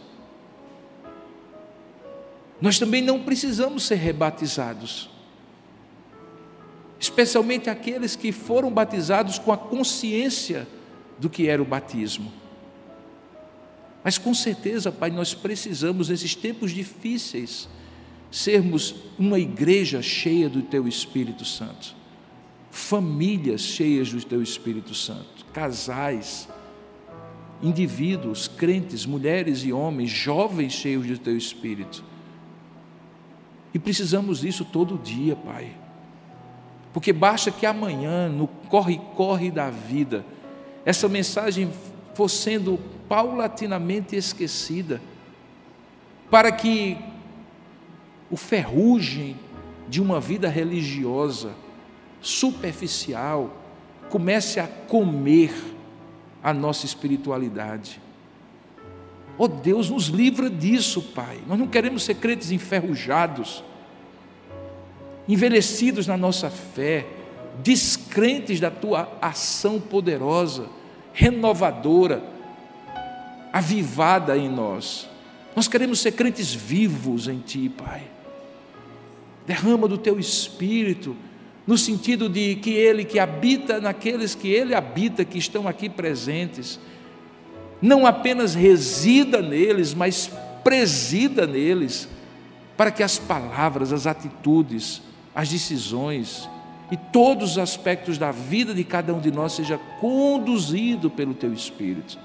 Nós também não precisamos ser rebatizados, especialmente aqueles que foram batizados com a consciência do que era o batismo. Mas com certeza, Pai, nós precisamos, nesses tempos difíceis, sermos uma igreja cheia do Teu Espírito Santo, famílias cheias do Teu Espírito Santo, casais, indivíduos, crentes, mulheres e homens, jovens cheios do Teu Espírito. E precisamos disso todo dia, Pai, porque basta que amanhã, no corre-corre da vida, essa mensagem for sendo paulatinamente esquecida, para que o ferrugem de uma vida religiosa, superficial, comece a comer a nossa espiritualidade. Oh Deus, nos livra disso, Pai. Nós não queremos ser crentes enferrujados, envelhecidos na nossa fé, descrentes da Tua ação poderosa, renovadora, avivada em nós. Nós queremos ser crentes vivos em Ti, Pai. Derrama do Teu Espírito, no sentido de que Ele que habita naqueles que Ele habita, que estão aqui presentes, não apenas resida neles, mas presida neles, para que as palavras, as atitudes, as decisões e todos os aspectos da vida de cada um de nós seja conduzido pelo Teu Espírito.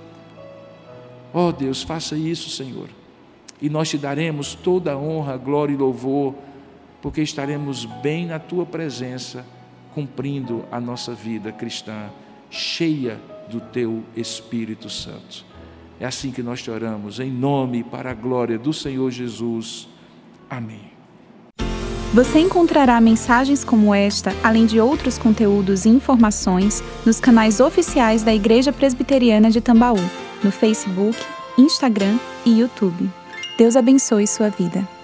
Oh Deus, faça isso, Senhor, e nós Te daremos toda a honra, glória e louvor, porque estaremos bem na Tua presença, cumprindo a nossa vida cristã, cheia do Teu Espírito Santo. É assim que nós te oramos, em nome e para a glória do Senhor Jesus. Amém. Você encontrará mensagens como esta, além de outros conteúdos e informações, nos canais oficiais da Igreja Presbiteriana de Tambaú, no Facebook, Instagram e YouTube. Deus abençoe sua vida.